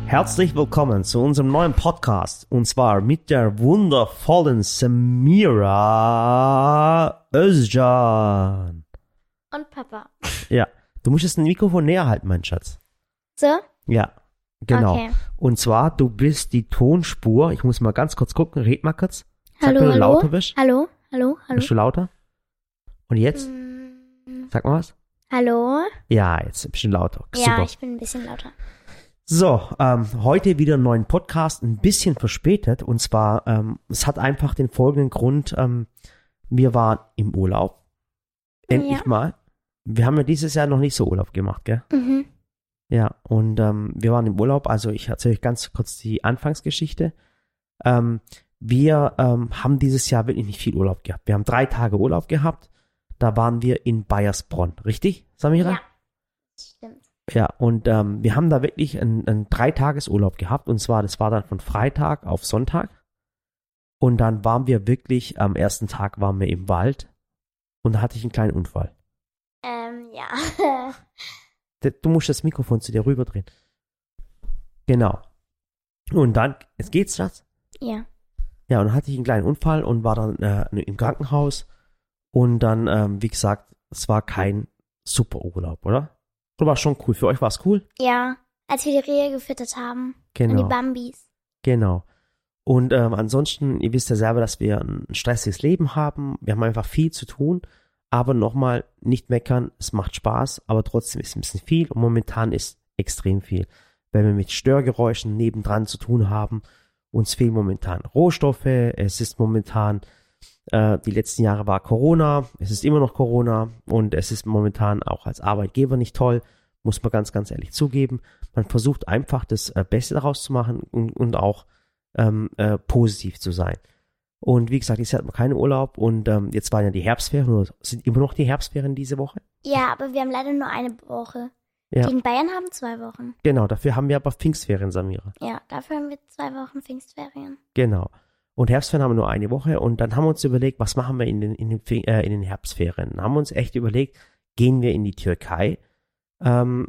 Herzlich willkommen zu unserem neuen Podcast und zwar mit der wundervollen Samira Özcan. Und Papa. Ja, du musst das Mikrofon näher halten, mein Schatz. So? Ja, genau. Okay. Und zwar, du bist die Tonspur. Ich muss mal ganz kurz gucken, red mal kurz. Sag, Hallo, wenn du hallo? lauter bist. Hallo? Bist du lauter? Und jetzt? Sag mal was. Hallo? Ja, jetzt bist du lauter. Ja, Super. ich bin ein bisschen lauter. So, heute wieder einen neuen Podcast, ein bisschen verspätet. Und zwar, es hat einfach den folgenden Grund. Wir waren im Urlaub. Endlich mal. Wir haben ja dieses Jahr noch nicht so Urlaub gemacht, gell? Mhm. Ja, und wir waren im Urlaub. Also ich erzähle euch ganz kurz die Anfangsgeschichte. Wir haben dieses Jahr wirklich nicht viel Urlaub gehabt. Wir haben 3 Tage Urlaub gehabt. Da waren wir in Baiersbronn. Richtig, Samira? Ja, stimmt. Ja, und wir haben da wirklich einen 3-Tages-Urlaub gehabt. Und zwar, das war dann von Freitag auf Sonntag. Und dann waren wir wirklich, am ersten Tag waren wir im Wald. Und da hatte ich einen kleinen Unfall. Ja. Du musst das Mikrofon zu dir rüberdrehen. Genau. Und dann, jetzt geht's, Schatz? Ja. Ja, und dann hatte ich einen kleinen Unfall und war dann im Krankenhaus. Und dann, wie gesagt, es war kein super Urlaub, oder? Oder war schon cool? Für euch war es cool? Ja, als wir die Rehe gefüttert haben. Genau. Und die Bambis. Genau. Und ansonsten, ihr wisst ja selber, dass wir ein stressiges Leben haben. Wir haben einfach viel zu tun. Aber nochmal, nicht meckern, es macht Spaß, aber trotzdem ist ein bisschen viel. Und momentan ist extrem viel. Weil wir mit Störgeräuschen nebendran zu tun haben. Uns fehlen momentan Rohstoffe. Es ist momentan, die letzten Jahre war Corona. Es ist immer noch Corona. Und es ist momentan auch als Arbeitgeber nicht toll. Muss man ganz, ganz ehrlich zugeben. Man versucht einfach das Beste daraus zu machen und auch positiv zu sein. Und wie gesagt, jetzt hat man keinen Urlaub und jetzt waren ja die Herbstferien oder sind immer noch die Herbstferien diese Woche. Ja, aber wir haben leider nur eine Woche. Ja. Die in Bayern haben 2 Wochen. Genau, dafür haben wir aber Pfingstferien, Samira. Ja, dafür haben wir 2 Wochen Pfingstferien. Genau. Und Herbstferien haben wir nur eine Woche und dann haben wir uns überlegt, was machen wir in den Herbstferien. Dann haben wir uns echt überlegt, gehen wir in die Türkei und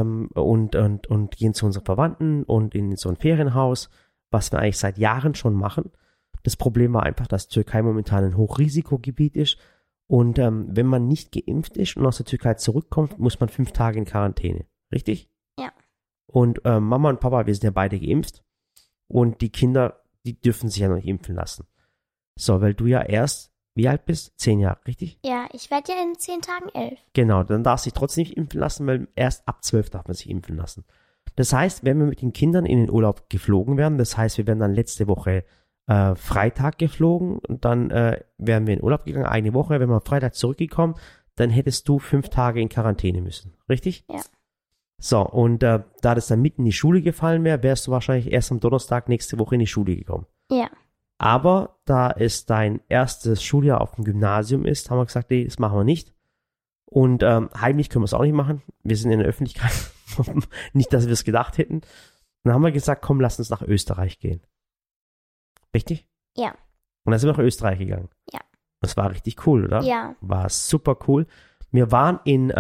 gehen zu unseren Verwandten und in so ein Ferienhaus, was wir eigentlich seit Jahren schon machen. Das Problem war einfach, dass Türkei momentan ein Hochrisikogebiet ist und wenn man nicht geimpft ist und aus der Türkei zurückkommt, muss man 5 Tage in Quarantäne. Richtig? Ja. Und Mama und Papa, wir sind ja beide geimpft und die Kinder, die dürfen sich ja noch nicht impfen lassen. So, weil du ja erst, wie alt bist? 10 Jahre, richtig? Ja, ich werde ja in 10 Tagen 11. Genau, dann darfst du dich trotzdem nicht impfen lassen, weil erst ab 12 darf man sich impfen lassen. Das heißt, wenn wir mit den Kindern in den Urlaub geflogen werden, das heißt, wir werden dann letzte Woche Freitag geflogen und dann wären wir in Urlaub gegangen, eine Woche. Wenn wir Freitag zurückgekommen, dann hättest du 5 Tage in Quarantäne müssen. Richtig? Ja. So, und da das dann mitten in die Schule gefallen wäre, wärst du wahrscheinlich erst am Donnerstag nächste Woche in die Schule gekommen. Ja. Aber da es dein erstes Schuljahr auf dem Gymnasium ist, haben wir gesagt, nee, das machen wir nicht. Und heimlich können wir es auch nicht machen. Wir sind in der Öffentlichkeit. Nicht, dass wir es gedacht hätten. Dann haben wir gesagt, komm, lass uns nach Österreich gehen. Richtig? Ja. Und dann sind wir nach Österreich gegangen. Ja. Das war richtig cool, oder? Ja. War super cool. Wir waren in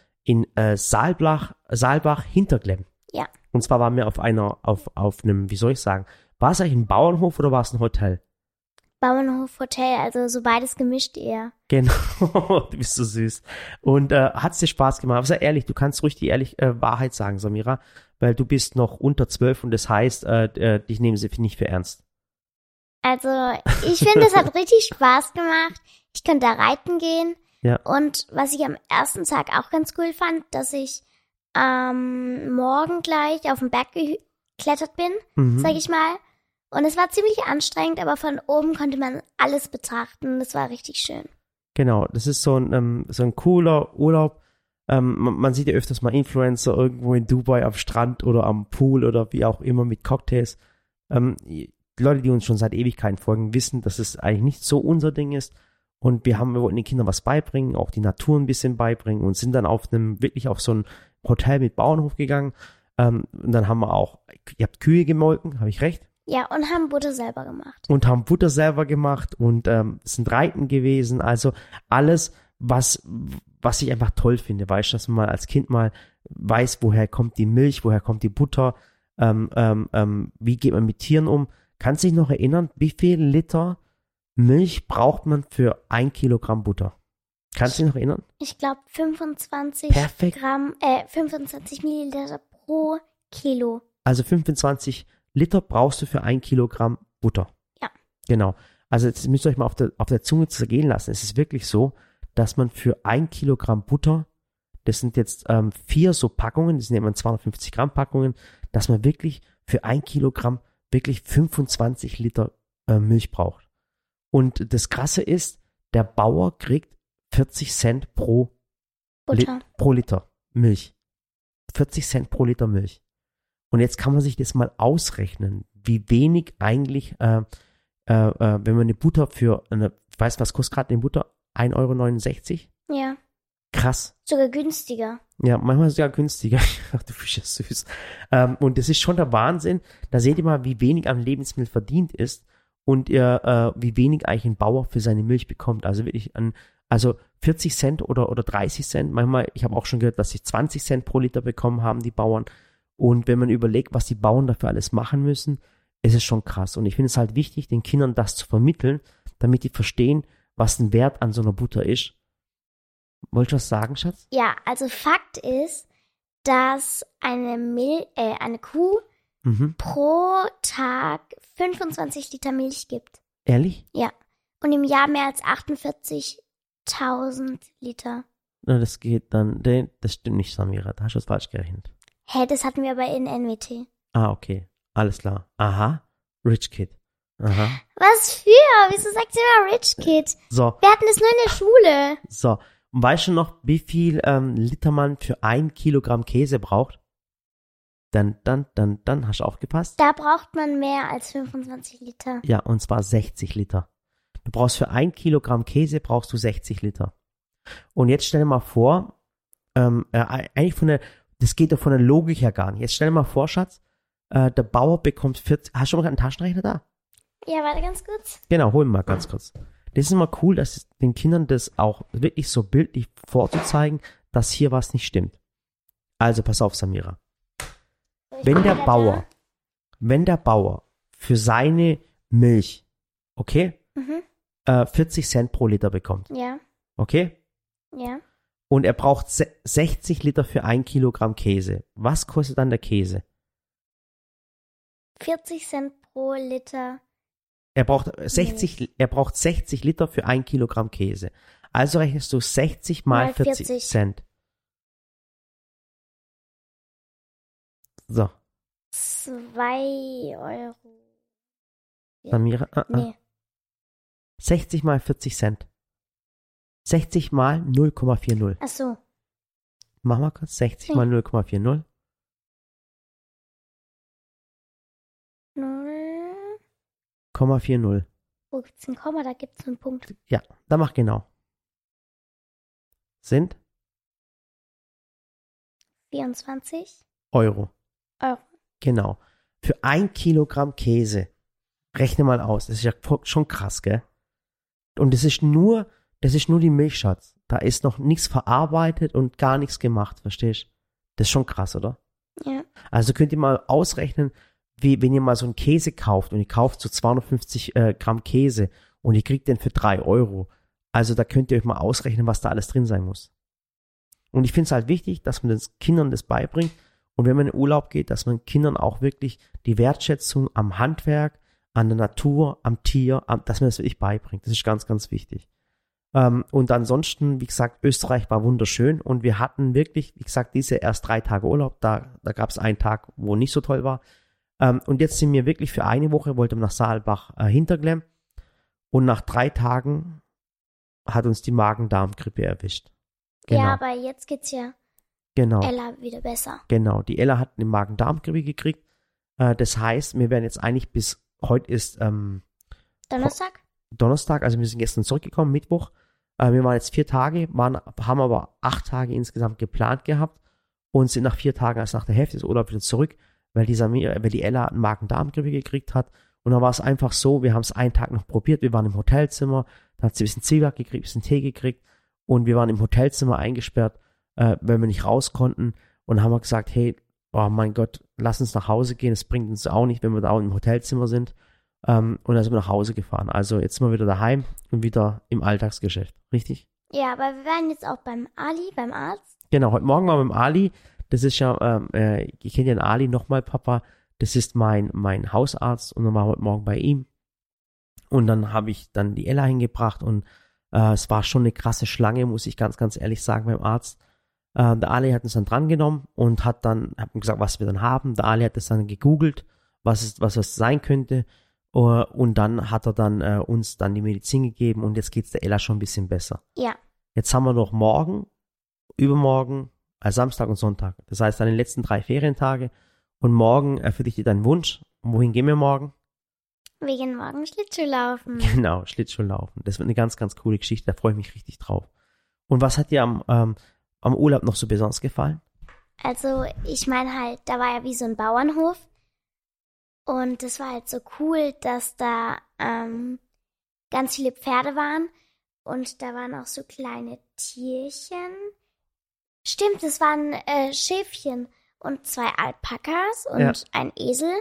Saalbach Hinterglemm. Ja. Und zwar waren wir auf einem, wie soll ich sagen, war es eigentlich ein Bauernhof oder war es ein Hotel? Bauernhof, Hotel, also so beides gemischt eher. Genau, du bist so süß. Und hat es dir Spaß gemacht? Aber sei ehrlich, du kannst ruhig die Wahrheit sagen, Samira, weil du bist noch unter 12 und das heißt, dich nehmen sie nicht für ernst. Also, ich finde, es hat richtig Spaß gemacht. Ich konnte da reiten gehen. Ja. Und was ich am ersten Tag auch ganz cool fand, dass ich morgen gleich auf den Berg geklettert bin, sag ich mal. Und es war ziemlich anstrengend, aber von oben konnte man alles betrachten. Das war richtig schön. Genau, das ist so ein cooler Urlaub. Man sieht ja öfters mal Influencer irgendwo in Dubai am Strand oder am Pool oder wie auch immer mit Cocktails. Die Leute, die uns schon seit Ewigkeiten folgen, wissen, dass es eigentlich nicht so unser Ding ist. Und wir wollten den Kindern was beibringen, auch die Natur ein bisschen beibringen und sind dann wirklich auf so ein Hotel mit Bauernhof gegangen. Und dann haben wir auch, ihr habt Kühe gemolken, habe ich recht? Ja, und haben Butter selber gemacht. Und haben Butter selber gemacht und sind reiten gewesen. Also alles, was ich einfach toll finde, weißt du, dass man mal als Kind mal weiß, woher kommt die Milch, woher kommt die Butter. wie geht man mit Tieren um. Kannst du dich noch erinnern, wie viel Liter Milch braucht man für 1 Kilogramm Butter? Kannst du dich noch erinnern? Ich glaube 25 Milliliter pro Kilo. Also 25 Liter brauchst du für 1 Kilogramm Butter. Ja. Genau. Also jetzt müsst ihr euch mal auf der Zunge zergehen lassen. Es ist wirklich so, dass man für 1 Kilogramm Butter, das sind jetzt 4 so Packungen, das sind immer 250 Gramm Packungen, dass man wirklich für 1 Kilogramm wirklich 25 Liter Milch braucht. Und das Krasse ist, der Bauer kriegt 40 Cent pro Liter Milch. 40 Cent pro Liter Milch. Und jetzt kann man sich das mal ausrechnen, wie wenig eigentlich, wenn man eine Butter weißt du, was kostet gerade eine Butter? 1,69 €? Ja. Krass. Sogar günstiger. Ja, manchmal sogar günstiger. Ach, du bist ja süß. Und das ist schon der Wahnsinn. Da seht ihr mal, wie wenig am Lebensmittel verdient ist und wie wenig eigentlich ein Bauer für seine Milch bekommt. Also wirklich 40 Cent oder 30 Cent. Manchmal, ich habe auch schon gehört, dass sie 20 Cent pro Liter bekommen haben, die Bauern. Und wenn man überlegt, was die Bauern dafür alles machen müssen, ist es schon krass. Und ich finde es halt wichtig, den Kindern das zu vermitteln, damit die verstehen, was ein Wert an so einer Butter ist. Wolltest du was sagen, Schatz? Ja, also Fakt ist, dass eine Kuh pro Tag 25 Liter Milch gibt. Ehrlich? Ja. Und im Jahr mehr als 48.000 Liter. Na, das geht dann, das stimmt nicht, Samira, da hast du was falsch gerechnet. Hä, das hatten wir aber in NWT. Ah, okay, alles klar. Aha, Rich Kid. Aha. Was für? Wieso sagt sie immer Rich Kid? So. Wir hatten das nur in der Schule. So, und weißt du noch, wie viel Liter man für 1 Kilogramm Käse braucht? Dann hast du aufgepasst? Da braucht man mehr als 25 Liter. Ja, und zwar 60 Liter. Du brauchst für 1 Kilogramm Käse brauchst du 60 Liter. Und jetzt stell dir mal vor, das geht doch von der Logik her gar nicht. Jetzt stell dir mal vor, Schatz, der Bauer bekommt 40, hast du schon mal einen Taschenrechner da? Ja, warte ganz kurz. Genau, hol ihn mal ganz kurz. Das ist immer cool, dass den Kindern das auch wirklich so bildlich vorzuzeigen, dass hier was nicht stimmt. Also pass auf, Samira. Wenn der Bauer für seine Milch, okay, 40 Cent pro Liter bekommt, Ja. okay, Ja. und er braucht 60 Liter für 1 Kilogramm Käse, was kostet dann der Käse? 40 Cent pro Liter. Er braucht 60 Liter für 1 Kilogramm Käse. Also rechnest du 60 mal 40 Cent. So. 2 Euro. Ja. Samira, Nee. 60 mal 40 Cent. 60 mal 0,40. Ach so. Mach mal kurz. 60 mal 0,40. 0,40. Wo gibt's ein Komma? Da gibt's einen Punkt. Ja, dann mach genau. Sind 24 Euro. Euro. Genau. Für 1 Kilogramm Käse. Rechne mal aus. Das ist ja schon krass, gell? Und das ist nur die Milch, Schatz. Da ist noch nichts verarbeitet und gar nichts gemacht, verstehst du? Das ist schon krass, oder? Ja. Also könnt ihr mal ausrechnen, wie wenn ihr mal so einen Käse kauft und ihr kauft so 250 Gramm Käse und ihr kriegt den für 3 Euro. Also da könnt ihr euch mal ausrechnen, was da alles drin sein muss. Und ich finde es halt wichtig, dass man den Kindern das beibringt und wenn man in den Urlaub geht, dass man Kindern auch wirklich die Wertschätzung am Handwerk, an der Natur, am Tier, dass man das wirklich beibringt. Das ist ganz, ganz wichtig. Und ansonsten, wie gesagt, Österreich war wunderschön und wir hatten wirklich, wie gesagt, diese erst 3 Tage Urlaub. Da gab es einen Tag, wo nicht so toll war. Und jetzt sind wir wirklich für eine Woche, wollten wir nach Saalbach Hinterglemm und nach 3 Tagen hat uns die Magen-Darm-Grippe erwischt. Genau. Ja, aber jetzt geht's ja Ella wieder besser. Genau, die Ella hat eine Magen-Darm-Grippe gekriegt. Das heißt, wir werden jetzt eigentlich bis heute ist Donnerstag, also wir sind gestern zurückgekommen, Mittwoch. Wir waren jetzt 4 Tage, haben aber 8 Tage insgesamt geplant gehabt und sind nach 4 Tagen, also nach der Hälfte des Urlaubs wieder zurück, weil die Ella eine Magen-Darm-Grippe gekriegt hat. Und dann war es einfach so, wir haben es einen Tag noch probiert, wir waren im Hotelzimmer, dann hat sie ein bisschen Zwieback gekriegt, ein bisschen Tee gekriegt und wir waren im Hotelzimmer eingesperrt, weil wir nicht raus konnten und haben wir gesagt, hey, oh mein Gott, lass uns nach Hause gehen, es bringt uns auch nicht, wenn wir da im Hotelzimmer sind. Und dann sind wir nach Hause gefahren. Also jetzt sind wir wieder daheim und wieder im Alltagsgeschäft, richtig? Ja, aber wir waren jetzt auch beim Ali, beim Arzt. Genau, heute Morgen waren wir beim Ali. Das ist ja, ich kenne ja den Ali nochmal, Papa. Das ist mein Hausarzt und dann waren wir heute Morgen bei ihm. Und dann habe ich dann die Ella hingebracht und es war schon eine krasse Schlange, muss ich ganz, ganz ehrlich sagen, beim Arzt. Der Ali hat uns dann drangenommen und hat gesagt, was wir dann haben. Der Ali hat das dann gegoogelt, was es sein könnte. Und dann hat er dann uns dann die Medizin gegeben und jetzt geht's der Ella schon ein bisschen besser. Ja. Jetzt haben wir noch morgen, übermorgen, Samstag und Sonntag. Das heißt dann die letzten 3 Ferientage. Und morgen erfüllt dich dein Wunsch. Und wohin gehen wir morgen? Wir gehen morgen Schlittschuhlaufen. Genau, Schlittschuhlaufen. Das wird eine ganz, ganz coole Geschichte. Da freue ich mich richtig drauf. Und was hat dir am Urlaub noch so besonders gefallen? Also ich meine halt, da war ja wie so ein Bauernhof. Und das war halt so cool, dass da ganz viele Pferde waren. Und da waren auch so kleine Tierchen. Stimmt, es waren Schäfchen und 2 Alpakas und ein Esel.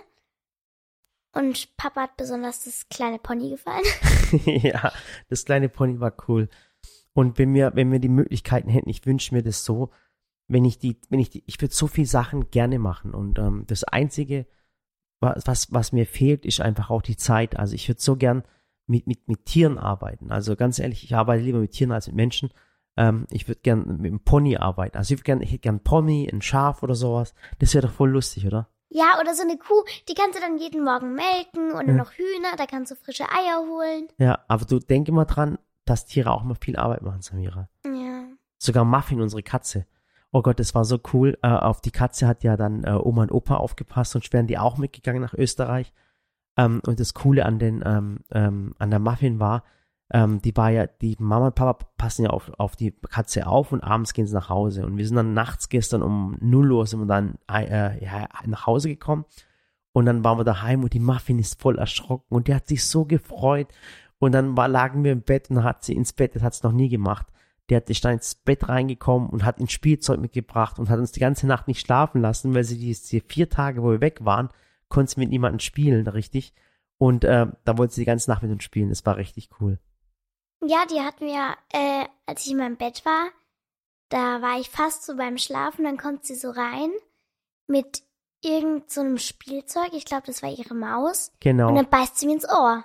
Und Papa hat besonders das kleine Pony gefallen. Ja, das kleine Pony war cool. Und wenn wir die Möglichkeiten hätten, ich wünsche mir das so, ich würde so viele Sachen gerne machen. Und das Einzige, was mir fehlt, ist einfach auch die Zeit. Also ich würde so gern mit Tieren arbeiten. Also ganz ehrlich, ich arbeite lieber mit Tieren als mit Menschen. Ich würde gern mit einem Pony arbeiten. Also ich hätte gern einen Pony, ein Schaf oder sowas. Das wäre doch voll lustig, oder? Ja, oder so eine Kuh, die kannst du dann jeden Morgen melken und dann noch Hühner, da kannst du frische Eier holen. Ja, aber du denk immer dran, dass Tiere auch mal viel Arbeit machen, Samira. Ja. Sogar Muffin, unsere Katze. Oh Gott, das war so cool. Auf die Katze hat ja dann Oma und Opa aufgepasst und wären die auch mitgegangen nach Österreich. Und das Coole an der Muffin war, die Mama und Papa passen ja auf die Katze auf und abends gehen sie nach Hause. Und wir sind dann nachts gestern um 0 Uhr sind wir dann nach Hause gekommen. Und dann waren wir daheim und die Muffin ist voll erschrocken und die hat sich so gefreut. Und dann lagen wir im Bett und dann hat sie ins Bett, das hat sie noch nie gemacht. Ist dann ins Bett reingekommen und hat ein Spielzeug mitgebracht und hat uns die ganze Nacht nicht schlafen lassen, weil sie diese 4 Tage, wo wir weg waren, konnte sie mit niemandem spielen, richtig. Und da wollte sie die ganze Nacht mit uns spielen. Das war richtig cool. Ja, die hatten wir, als ich in meinem Bett war, da war ich fast so beim Schlafen, dann kommt sie so rein mit irgend so einem Spielzeug. Ich glaube, das war ihre Maus. Genau. Und dann beißt sie mir ins Ohr.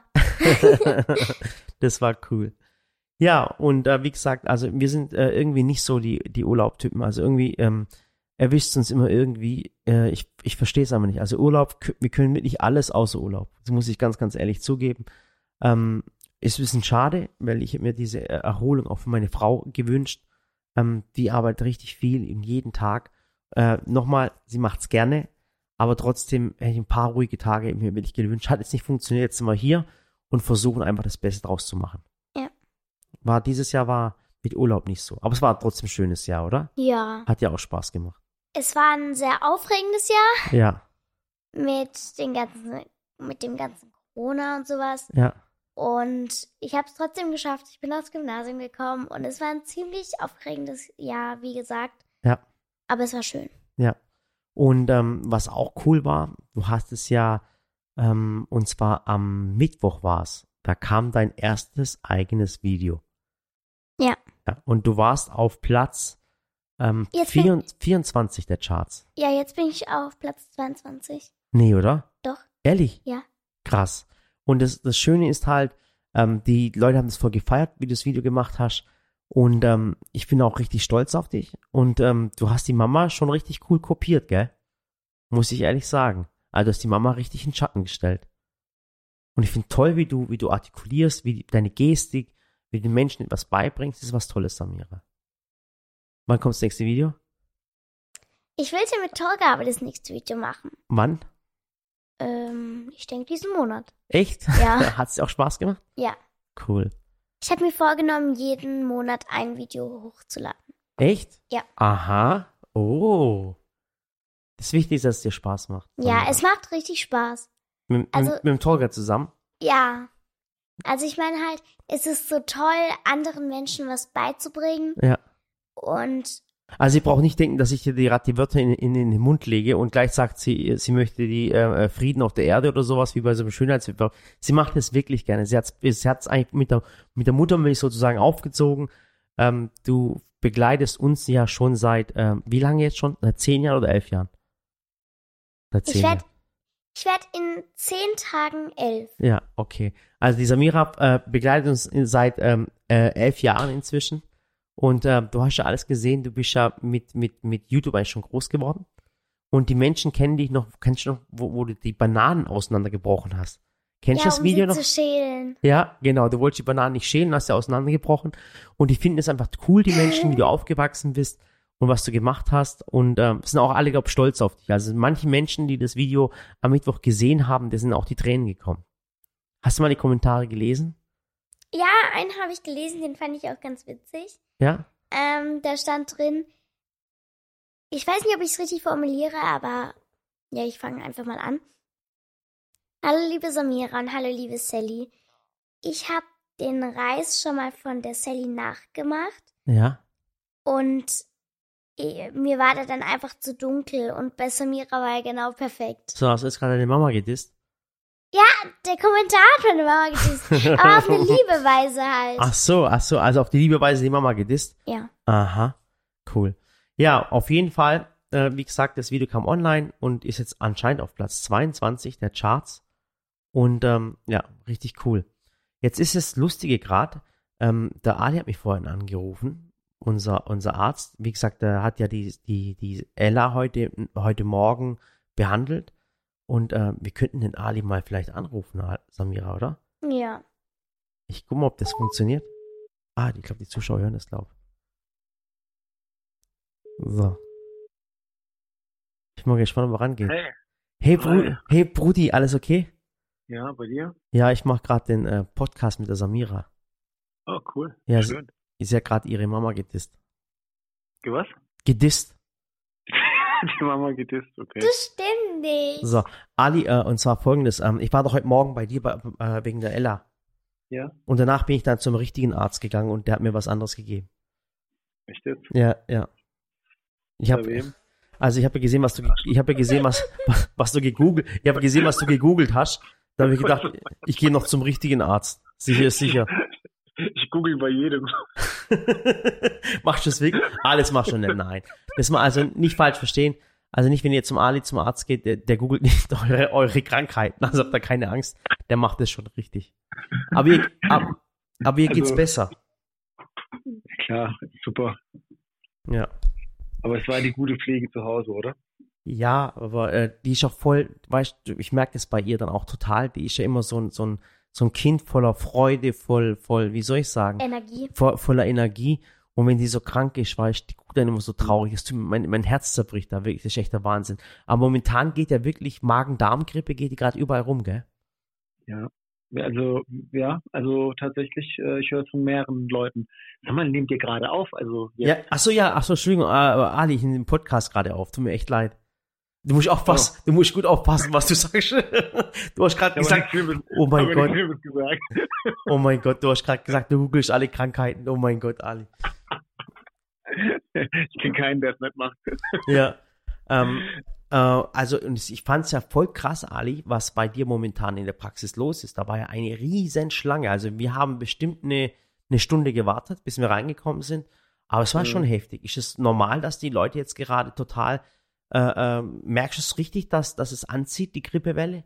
Das war cool. Ja, und wie gesagt, also wir sind irgendwie nicht so die Urlaubtypen. Also irgendwie erwischt uns immer irgendwie, ich verstehe es aber nicht. Also Urlaub, wir können wirklich alles außer Urlaub. Das muss ich ganz, ganz ehrlich zugeben. Ist ein bisschen schade, weil ich mir diese Erholung auch für meine Frau gewünscht. Die arbeitet richtig viel jeden Tag. Nochmal, sie macht's gerne, aber trotzdem hätte ich ein paar ruhige Tage mir wirklich gewünscht. Hat jetzt nicht funktioniert, jetzt sind wir hier und versuchen einfach das Beste draus zu machen. Ja. Dieses Jahr war mit Urlaub nicht so. Aber es war trotzdem ein schönes Jahr, oder? Ja. Hat ja auch Spaß gemacht. Es war ein sehr aufregendes Jahr. Ja. Mit dem ganzen Corona und sowas. Ja. Und ich habe es trotzdem geschafft. Ich bin aufs Gymnasium gekommen und es war ein ziemlich aufregendes Jahr, wie gesagt. Ja. Aber es war schön. Ja. Und was auch cool war, du hast es ja, und zwar am Mittwoch war es, da kam dein erstes eigenes Video. Ja. Und du warst auf Platz 24 der Charts. Ja, jetzt bin ich auf Platz 22. Nee, oder? Doch. Ehrlich? Ja. Krass. Und das Schöne ist halt, die Leute haben es voll gefeiert, wie du das Video gemacht hast. Und ich bin auch richtig stolz auf dich. Und du hast die Mama schon richtig cool kopiert, gell? Muss ich ehrlich sagen. Also du hast die Mama richtig in den Schatten gestellt. Und ich finde toll, wie du artikulierst, wie deine Gestik, wie du den Menschen etwas beibringst. Das ist was Tolles, Samira. Wann kommt das nächste Video? Ich will ja mit Tolga aber das nächste Video machen. Wann? Ich denke diesen Monat. Echt? Ja. Hat es dir auch Spaß gemacht? Ja. Cool. Ich habe mir vorgenommen, jeden Monat ein Video hochzuladen. Echt? Ja. Aha. Oh. Das Wichtigste ist, dass es dir Spaß macht. Ja, es macht richtig Spaß. Mit dem Tolga zusammen? Ja. Also ich meine halt, es ist so toll, anderen Menschen was beizubringen. Ja. Und Also sie braucht nicht denken, dass ich dir gerade die Wörter in den Mund lege und gleich sagt sie möchte die Frieden auf der Erde oder sowas, wie bei so einem Schönheitswettbewerb. Sie macht es wirklich gerne. Sie hat's eigentlich mit der Muttermilch sozusagen aufgezogen. Du begleitest uns ja schon seit, wie lange jetzt schon? Seit 10 Jahren oder 11 Jahren? Seit 10 Jahren. Ich werd in 10 Tagen 11. Ja, okay. Also die Samira begleitet uns seit 11 Jahren inzwischen. Und du hast ja alles gesehen, du bist ja mit YouTube eigentlich schon groß geworden. Und die Menschen kennen dich noch, kennst du noch, wo du die Bananen auseinandergebrochen hast? Kennst du das Video noch? Zu schälen. Ja, genau, du wolltest die Bananen nicht schälen, hast sie auseinandergebrochen. Und die finden es einfach cool, die Menschen, wie du aufgewachsen bist und was du gemacht hast. Und sind auch alle, glaube ich, stolz auf dich. Also manche Menschen, die das Video am Mittwoch gesehen haben, da sind auch die Tränen gekommen. Hast du mal die Kommentare gelesen? Ja, einen habe ich gelesen, den fand ich auch ganz witzig. Ja? Da stand drin, ich weiß nicht, ob ich es richtig formuliere, aber ja, ich fange einfach mal an. Hallo liebe Samira und hallo liebe Sally. Ich habe den Reis schon mal von der Sally nachgemacht. Ja. Und mir war der dann einfach zu dunkel und bei Samira war er genau perfekt. So, hast du jetzt gerade deine Mama gedisst? Ja, der Kommentar hat meine Mama gedisst. Aber auf eine liebe Weise halt. Ach so, also auf die liebe Weise die Mama gedisst? Ja. Aha, cool. Ja, auf jeden Fall, wie gesagt, das Video kam online und ist jetzt anscheinend auf Platz 22 der Charts. Und ja, richtig cool. Jetzt ist es Lustige gerade, der Ali hat mich vorhin angerufen, unser Arzt. Wie gesagt, der hat ja die Ella heute Morgen behandelt. Und wir könnten den Ali mal vielleicht anrufen, Samira, oder? Ja. Ich gucke mal, ob das funktioniert. Ich glaube, die Zuschauer hören das, glaube ich. So. Ich bin mal gespannt, ob wir rangehen. Hey, Brudi, alles okay? Ja, bei dir? Ja, ich mache gerade den Podcast mit der Samira. Oh, cool. Ja, schön. Sie hat gerade ihre Mama gedisst. Was? Gedisst. Die Mama gedisst, okay. Das stimmt nicht. So, Ali, und zwar folgendes. Ich war doch heute Morgen bei dir wegen der Ella. Ja. Und danach bin ich dann zum richtigen Arzt gegangen und der hat mir was anderes gegeben. Echt jetzt? Ja. Ich habe ja gesehen, was du gegoogelt hast. Da habe ich gedacht, ich gehe noch zum richtigen Arzt. Sicher ist sicher. Ich google bei jedem. Machst du das wirklich? Alles machst du nicht, nein. Das mal also nicht falsch verstehen. Also nicht, wenn ihr zum Ali zum Arzt geht, der googelt nicht eure Krankheiten. Also habt da keine Angst. Der macht das schon richtig. Aber ihr geht's besser. Klar, super. Ja. Aber es war die gute Pflege zu Hause, oder? Ja, aber die ist auch voll, weißt du, ich merke das bei ihr dann auch total. Die ist ja immer so ein Kind voller Freude, voll, wie soll ich sagen? Energie. Voller Energie. Und wenn die so krank ist, weißt du, die guckt dann immer so traurig. Mein Herz zerbricht da wirklich, das ist echt der Wahnsinn. Aber momentan geht ja wirklich Magen-Darm-Grippe, geht die gerade überall rum, gell? Ja. Also tatsächlich, ich höre es von mehreren Leuten. Sag mal, nehmt ihr gerade auf? Also jetzt. Ja, achso, Entschuldigung, Ali, ich nehme den Podcast gerade auf, tut mir echt leid. Du musst aufpassen, Du musst gut aufpassen, was du sagst. Du hast gerade gesagt, oh mein Gott. Oh mein Gott, du hast gerade gesagt, du googelst alle Krankheiten. Oh mein Gott, Ali. Ich kenne keinen, der es nicht macht. Ja. Also, und ich fand es ja voll krass, Ali, was bei dir momentan in der Praxis los ist. Da war ja eine riesen Schlange. Also, wir haben bestimmt eine Stunde gewartet, bis wir reingekommen sind. Aber es war schon heftig. Ist es normal, dass die Leute jetzt gerade total merkst du es richtig, dass es anzieht, die Grippewelle?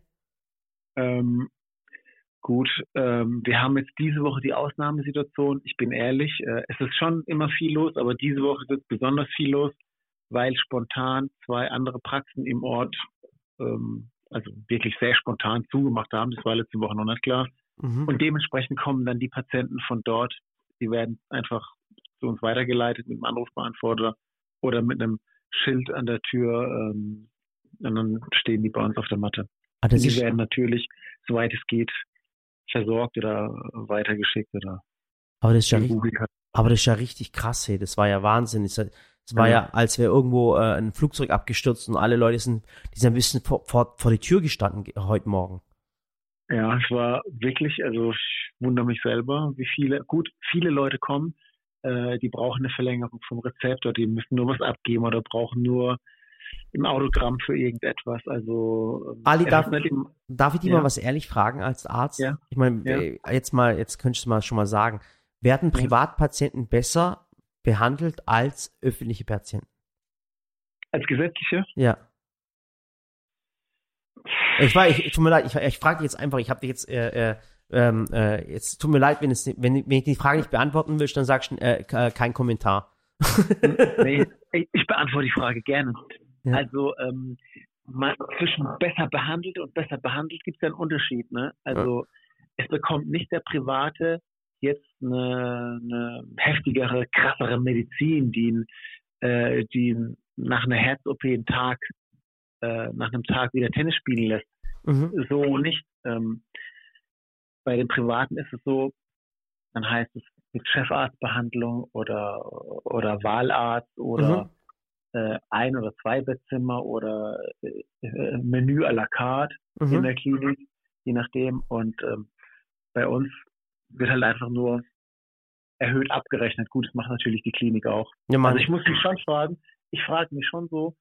Gut, wir haben jetzt diese Woche die Ausnahmesituation. Ich bin ehrlich, es ist schon immer viel los, aber diese Woche ist besonders viel los, weil spontan 2 andere Praxen im Ort, also wirklich sehr spontan zugemacht haben. Das war letzte Woche noch nicht klar. Mhm. Und dementsprechend kommen dann die Patienten von dort, die werden einfach zu uns weitergeleitet mit einem Anrufbeantworter oder mit einem Schild an der Tür, und dann stehen die bei uns auf der Matte. Die werden natürlich, soweit es geht, versorgt oder weitergeschickt oder. Aber das ist ja richtig krass, hey. Das war ja Wahnsinn. Es war ja, als wäre irgendwo ein Flugzeug abgestürzt und alle Leute die sind ein bisschen vor die Tür gestanden heute Morgen. Ja, es war wirklich, also ich wundere mich selber, wie viele Leute kommen. die brauchen eine Verlängerung vom Rezept oder die müssen nur was abgeben oder brauchen nur ein Autogramm für irgendetwas. Also Ali, darf ich dich ja. mal was ehrlich fragen als Arzt? Ja. Ich meine, jetzt könntest du mal schon mal sagen, werden Privatpatienten besser behandelt als öffentliche Patienten? Als gesetzliche? Ja. Tut mir leid, ich frage dich jetzt einfach, ich habe dich jetzt, jetzt tut mir leid, wenn ich die Frage nicht beantworten will, dann sagst du kein Kommentar. Nee, ich beantworte die Frage gerne. Ja. Also zwischen besser behandelt und besser behandelt gibt es ja einen Unterschied. Ne? Also es bekommt nicht der Private jetzt eine heftigere, krassere Medizin, die nach einer Herz-OP nach einem Tag wieder Tennis spielen lässt. So nicht. Bei den Privaten ist es so, dann heißt es mit Chefarztbehandlung oder Wahlarzt oder ein- oder zwei Bettzimmer oder Menü à la carte in der Klinik, je nachdem. Und bei uns wird halt einfach nur erhöht abgerechnet. Gut, das macht natürlich die Klinik auch. Ja, also ich muss mich schon fragen, ich frage mich schon so,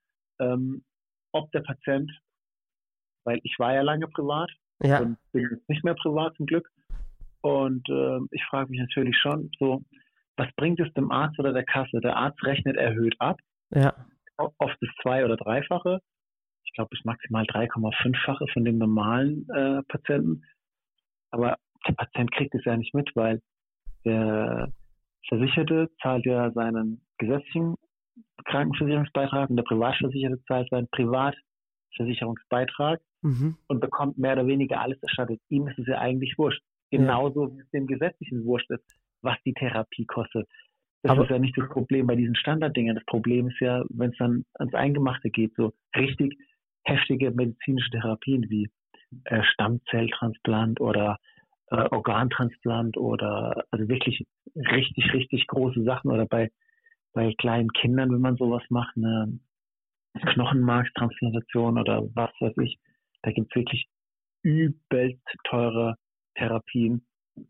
ob der Patient, weil ich war ja lange privat und bin jetzt nicht mehr privat zum Glück. Und ich frage mich natürlich schon so, was bringt es dem Arzt oder der Kasse? Der Arzt rechnet erhöht ab. Ja. Oft das 2- oder 3-fache. Ich glaube, bis maximal 3,5-fache von dem normalen Patienten. Aber der Patient kriegt es ja nicht mit, weil der Versicherte zahlt ja seinen gesetzlichen Krankenversicherungsbeitrag und der Privatversicherte zahlt seinen Privatversicherungsbeitrag und bekommt mehr oder weniger alles erstattet. Ihm ist es ja eigentlich wurscht. Genauso wie es dem Gesetzlichen wurscht ist, was die Therapie kostet. Das ist ja nicht das Problem bei diesen Standarddingen. Das Problem ist ja, wenn es dann ans Eingemachte geht, so richtig heftige medizinische Therapien wie Stammzelltransplant oder Organtransplant oder also wirklich richtig, richtig große Sachen oder bei kleinen Kindern, wenn man sowas macht, eine Knochenmarkstransplantation oder was weiß ich, da gibt es wirklich übelst teure Therapien,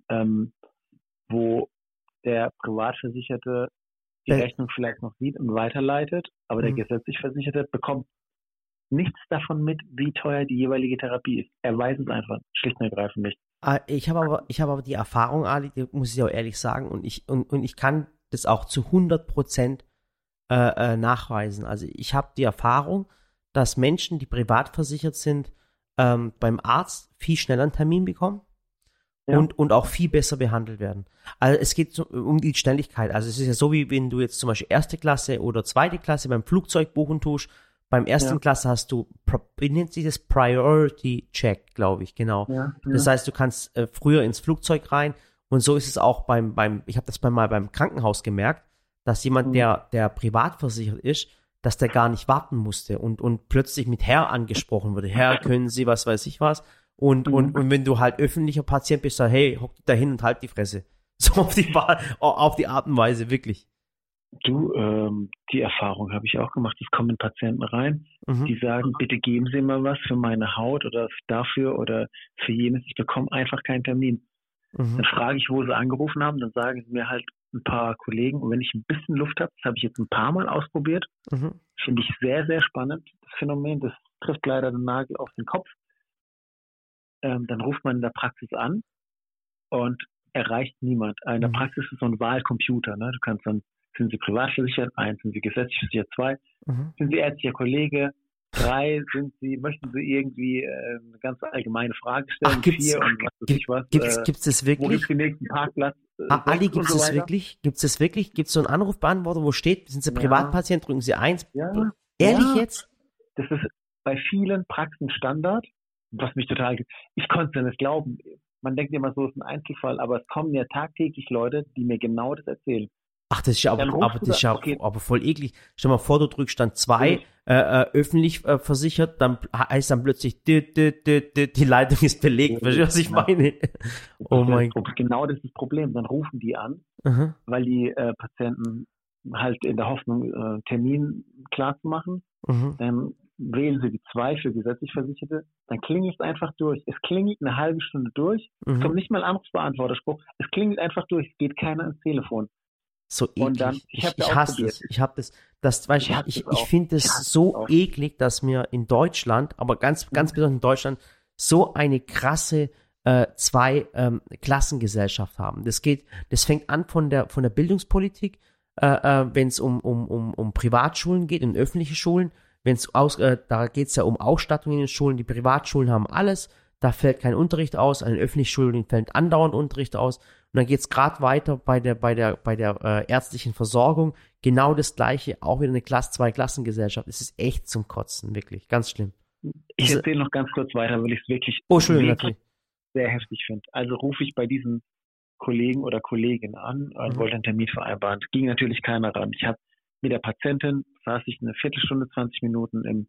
wo der Privatversicherte die Rechnung vielleicht noch sieht und weiterleitet, aber der gesetzlich Versicherte bekommt nichts davon mit, wie teuer die jeweilige Therapie ist. Er weiß es einfach schlicht und ergreifend nicht. Ich habe aber die Erfahrung, Ali, die muss ich auch ehrlich sagen, und ich kann das auch zu 100% nachweisen. Also ich habe die Erfahrung, dass Menschen, die privat versichert sind, beim Arzt viel schneller einen Termin bekommen und auch viel besser behandelt werden. Also es geht um die Schnelligkeit. Also es ist ja so, wie wenn du jetzt zum Beispiel 1. Klasse oder 2. Klasse beim Flugzeug buchen tust. Beim 1. Klasse hast du, wie nennt sich das? Priority Check, glaube ich, genau. Ja. Das heißt, du kannst früher ins Flugzeug rein und so ist es auch ich habe das mal beim Krankenhaus gemerkt, dass jemand, der privat versichert ist, dass der gar nicht warten musste und plötzlich mit Herr angesprochen wurde. Herr, können Sie, was weiß ich was? Und wenn du halt öffentlicher Patient bist, dann hey, hock dich da hin und halt die Fresse. So auf die Art und Weise, wirklich. Du, die Erfahrung habe ich auch gemacht. Es kommen Patienten rein, die sagen, bitte geben Sie mal was für meine Haut oder dafür oder für jenes. Ich bekomme einfach keinen Termin. Dann frage ich, wo sie angerufen haben. Dann sagen sie mir halt ein paar Kollegen. Und wenn ich ein bisschen Luft habe, das habe ich jetzt ein paar Mal ausprobiert, finde ich sehr, sehr spannend, das Phänomen. Das trifft leider den Nagel auf den Kopf. Dann ruft man in der Praxis an und erreicht niemand. In der Praxis ist so ein Wahlcomputer. Ne? Du kannst dann, sind Sie privat versichert? 1, sind Sie gesetzlich versichert? 2, sind Sie ärztlicher Kollege? 3, möchten Sie irgendwie eine ganz allgemeine Frage stellen? Ach, gibt's das wirklich? Wo gibt's den nächsten Parkplatz? Ali, gibt's das wirklich? Gibt's das wirklich? Gibt's so einen Anrufbeantworter, wo steht, sind Sie Privatpatient, drücken Sie 1? Ja. Ehrlich jetzt? Das ist bei vielen Praxen Standard, was mich total gibt. Ich konnte es nicht glauben. Man denkt immer so, es ist ein Einzelfall, aber es kommen ja tagtäglich Leute, die mir genau das erzählen. Ach, das ist ja aber voll eklig. Stell mal vor, du drückst dann 2, öffentlich versichert, dann heißt dann plötzlich, die Leitung ist belegt. Verstehst du, was ich meine? Oh mein Gott. Genau das ist das Problem. Dann rufen die an, weil die Patienten halt in der Hoffnung, Termin klar zu machen. Dann wählen sie die 2 für gesetzlich Versicherte. Dann klingelt es einfach durch. Es klingelt eine halbe Stunde durch. Es kommt nicht mal ein Anrufsbeantworterspruch. Es klingelt einfach durch. Es geht keiner ins Telefon. So eklig. Und dann, ich hasse das. Ich finde es so eklig, dass wir in Deutschland, aber ganz besonders in Deutschland, so eine krasse Zwei-Klassengesellschaft haben. Das fängt an von der Bildungspolitik, wenn es um Privatschulen geht, in öffentliche Schulen, da geht es ja um Ausstattung in den Schulen. Die Privatschulen haben alles, da fällt kein Unterricht aus, an den öffentlichen Schulen fällt andauernd Unterricht aus. Und dann geht es gerade weiter bei der ärztlichen Versorgung. Genau das Gleiche, auch wieder eine Zwei-Klassengesellschaft. Es ist echt zum Kotzen, wirklich, ganz schlimm. Ich erzähle noch ganz kurz weiter, weil ich es wirklich sehr heftig finde. Also rufe ich bei diesen Kollegen oder Kolleginnen an und wollte einen Termin vereinbaren. Ging natürlich keiner ran. Ich habe mit der Patientin, saß ich eine Viertelstunde, 20 Minuten im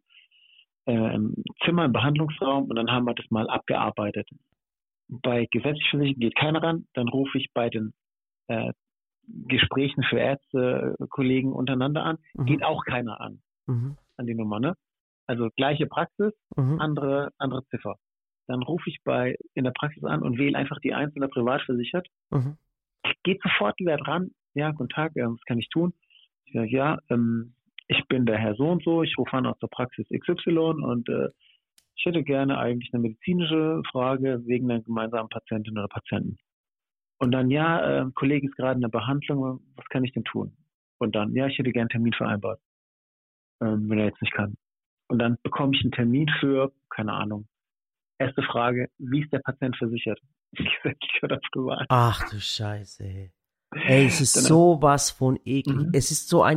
Zimmer, im Behandlungsraum und dann haben wir das mal abgearbeitet. Bei gesetzlich Versicherten geht keiner ran. Dann rufe ich bei den Gesprächen für Ärzte, Kollegen untereinander an. Geht auch keiner an die Nummer, ne? Also gleiche Praxis, andere Ziffer. Dann rufe ich in der Praxis an und wähle einfach die einzelne privatversichert. Geht sofort wieder dran. Ja, guten Tag, was kann ich tun? Ich sage, ja, ich bin der Herr so und so, ich rufe an aus der Praxis XY und ich hätte gerne eigentlich eine medizinische Frage wegen einer gemeinsamen Patientin oder Patienten. Und dann, ja, Kollege ist gerade in der Behandlung, was kann ich denn tun? Und dann, ja, ich hätte gerne einen Termin vereinbart, wenn er jetzt nicht kann. Und dann bekomme ich einen Termin für, keine Ahnung, erste Frage, wie ist der Patient versichert? Gesetzlich oder privat? Ach du Scheiße. Ey, es ist sowas von eklig. Es ist so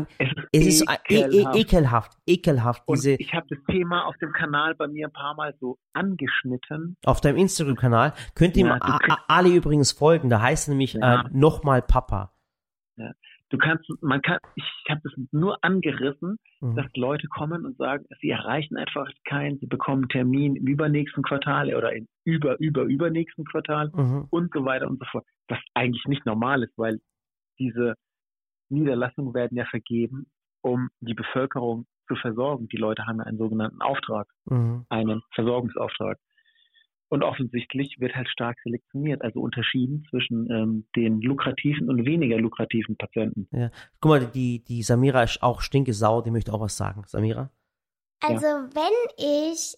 ekelhaft. Und ich habe das Thema auf dem Kanal bei mir ein paar Mal so angeschnitten. Auf deinem Instagram-Kanal. Könnt ihr Ali übrigens folgen, da heißt nämlich nochmal Papa. Ja. Ich habe das nur angerissen, dass Leute kommen und sagen, sie erreichen einfach keinen, sie bekommen einen Termin im übernächsten Quartal oder im übernächsten Quartal und so weiter und so fort. Was eigentlich nicht normal ist, weil diese Niederlassungen werden ja vergeben, um die Bevölkerung zu versorgen. Die Leute haben ja einen sogenannten Auftrag, einen Versorgungsauftrag. Und offensichtlich wird halt stark selektioniert, also unterschieden zwischen den lukrativen und weniger lukrativen Patienten. Ja. Guck mal, die Samira ist auch stinkesauer, die möchte auch was sagen. Samira? Also wenn ich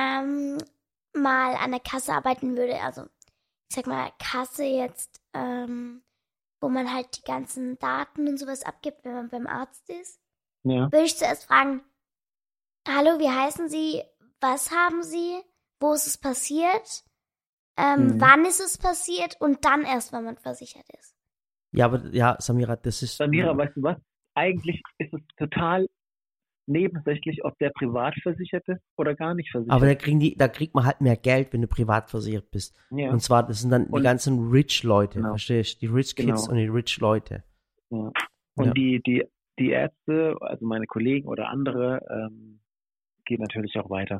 mal an der Kasse arbeiten würde, also ich sag mal Kasse jetzt, wo man halt die ganzen Daten und sowas abgibt, wenn man beim Arzt ist, würde ich zuerst fragen, hallo, wie heißen Sie, was haben Sie? Wo ist es passiert? Wann ist es passiert? Und dann erst, wenn man versichert ist. Ja, aber Samira, das ist... Samira, weißt du was? Eigentlich ist es total nebensächlich, ob der privat versichert ist oder gar nicht versichert. Aber da kriegt man halt mehr Geld, wenn du privat versichert bist. Ja. Und zwar, das sind dann die ganzen Rich-Leute, verstehst du? Die Rich-Kids und die Rich-Leute. Ja. Und die Ärzte, also meine Kollegen oder andere, geht natürlich auch weiter.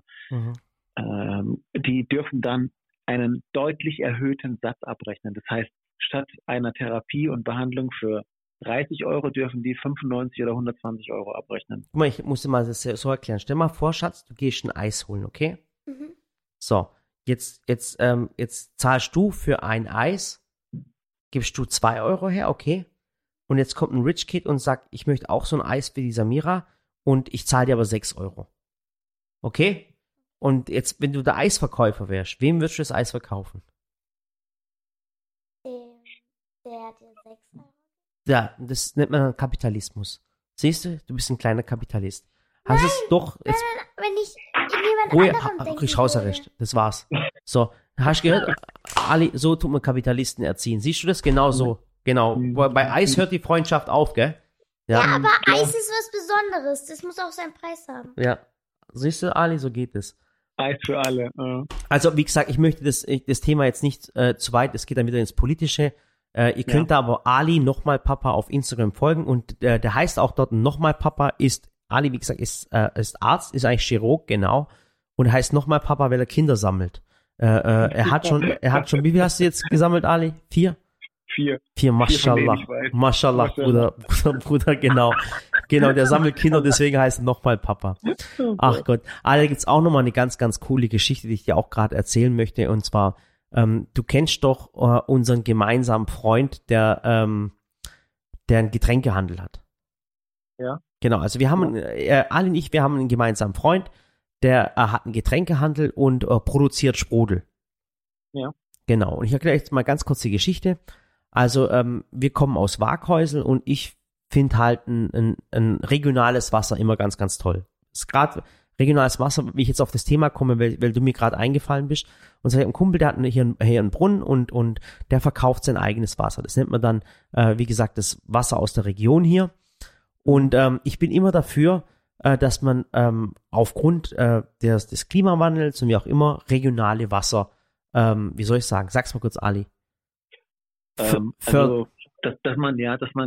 Die dürfen dann einen deutlich erhöhten Satz abrechnen. Das heißt, statt einer Therapie und Behandlung für 30 Euro dürfen die 95 oder 120 Euro abrechnen. Guck mal, ich muss dir mal das so erklären. Stell mal vor, Schatz, du gehst ein Eis holen, okay? So, jetzt zahlst du für ein Eis, gibst du 2 Euro her, okay? Und jetzt kommt ein Rich Kid und sagt, ich möchte auch so ein Eis wie die Samira und ich zahle dir aber 6 Euro. Okay? Und jetzt, wenn du der Eisverkäufer wärst, wem würdest du das Eis verkaufen? Der hat dir 6 Euro. Ja, das nennt man Kapitalismus. Siehst du, du bist ein kleiner Kapitalist. Hast es doch. Jetzt, wenn ich jemand anderem denke. Kriegst Hausarrest. Das war's. So, hast du gehört? Ali, so tut man Kapitalisten erziehen. Siehst du das? Genau so. Genau. Bei Eis hört die Freundschaft auf, gell? Ja, aber Eis ist was Besonderes. Das muss auch seinen Preis haben. Ja. Siehst du, Ali, so geht es. Eis für alle. Also, wie gesagt, ich möchte das Thema jetzt nicht zu weit, es geht dann wieder ins Politische. Ihr könnt da aber Ali nochmal Papa auf Instagram folgen und der heißt auch dort nochmal Papa, Ali, wie gesagt, ist Arzt, ist eigentlich Chirurg, genau, und heißt nochmal Papa, weil er Kinder sammelt. Er hat schon, wie viel hast du jetzt gesammelt, Ali? 4? 4, Mashallah. Mashallah, Bruder, genau. Genau, der sammelt Kinder, deswegen heißt er nochmal Papa. Ach Gott. Da gibt's auch nochmal eine ganz, ganz coole Geschichte, die ich dir auch gerade erzählen möchte. Und zwar, du kennst doch unseren gemeinsamen Freund, der der einen Getränkehandel hat. Ja. Genau, also wir haben, Ali und ich, wir haben einen gemeinsamen Freund, der hat einen Getränkehandel und produziert Sprudel. Ja. Genau, und ich erkläre jetzt mal ganz kurz die Geschichte. Also wir kommen aus Waaghäusel und ich finde halt ein regionales Wasser immer ganz, ganz toll. Ist gerade regionales Wasser, wie ich jetzt auf das Thema komme, weil du mir gerade eingefallen bist. Und so ein Kumpel, der hat hier einen Brunnen und der verkauft sein eigenes Wasser. Das nennt man dann, wie gesagt, das Wasser aus der Region hier. Und ich bin immer dafür, dass man aufgrund des Klimawandels und wie auch immer regionale Wasser, wie soll ich sagen, sag's mal kurz, Ali. Also, dass man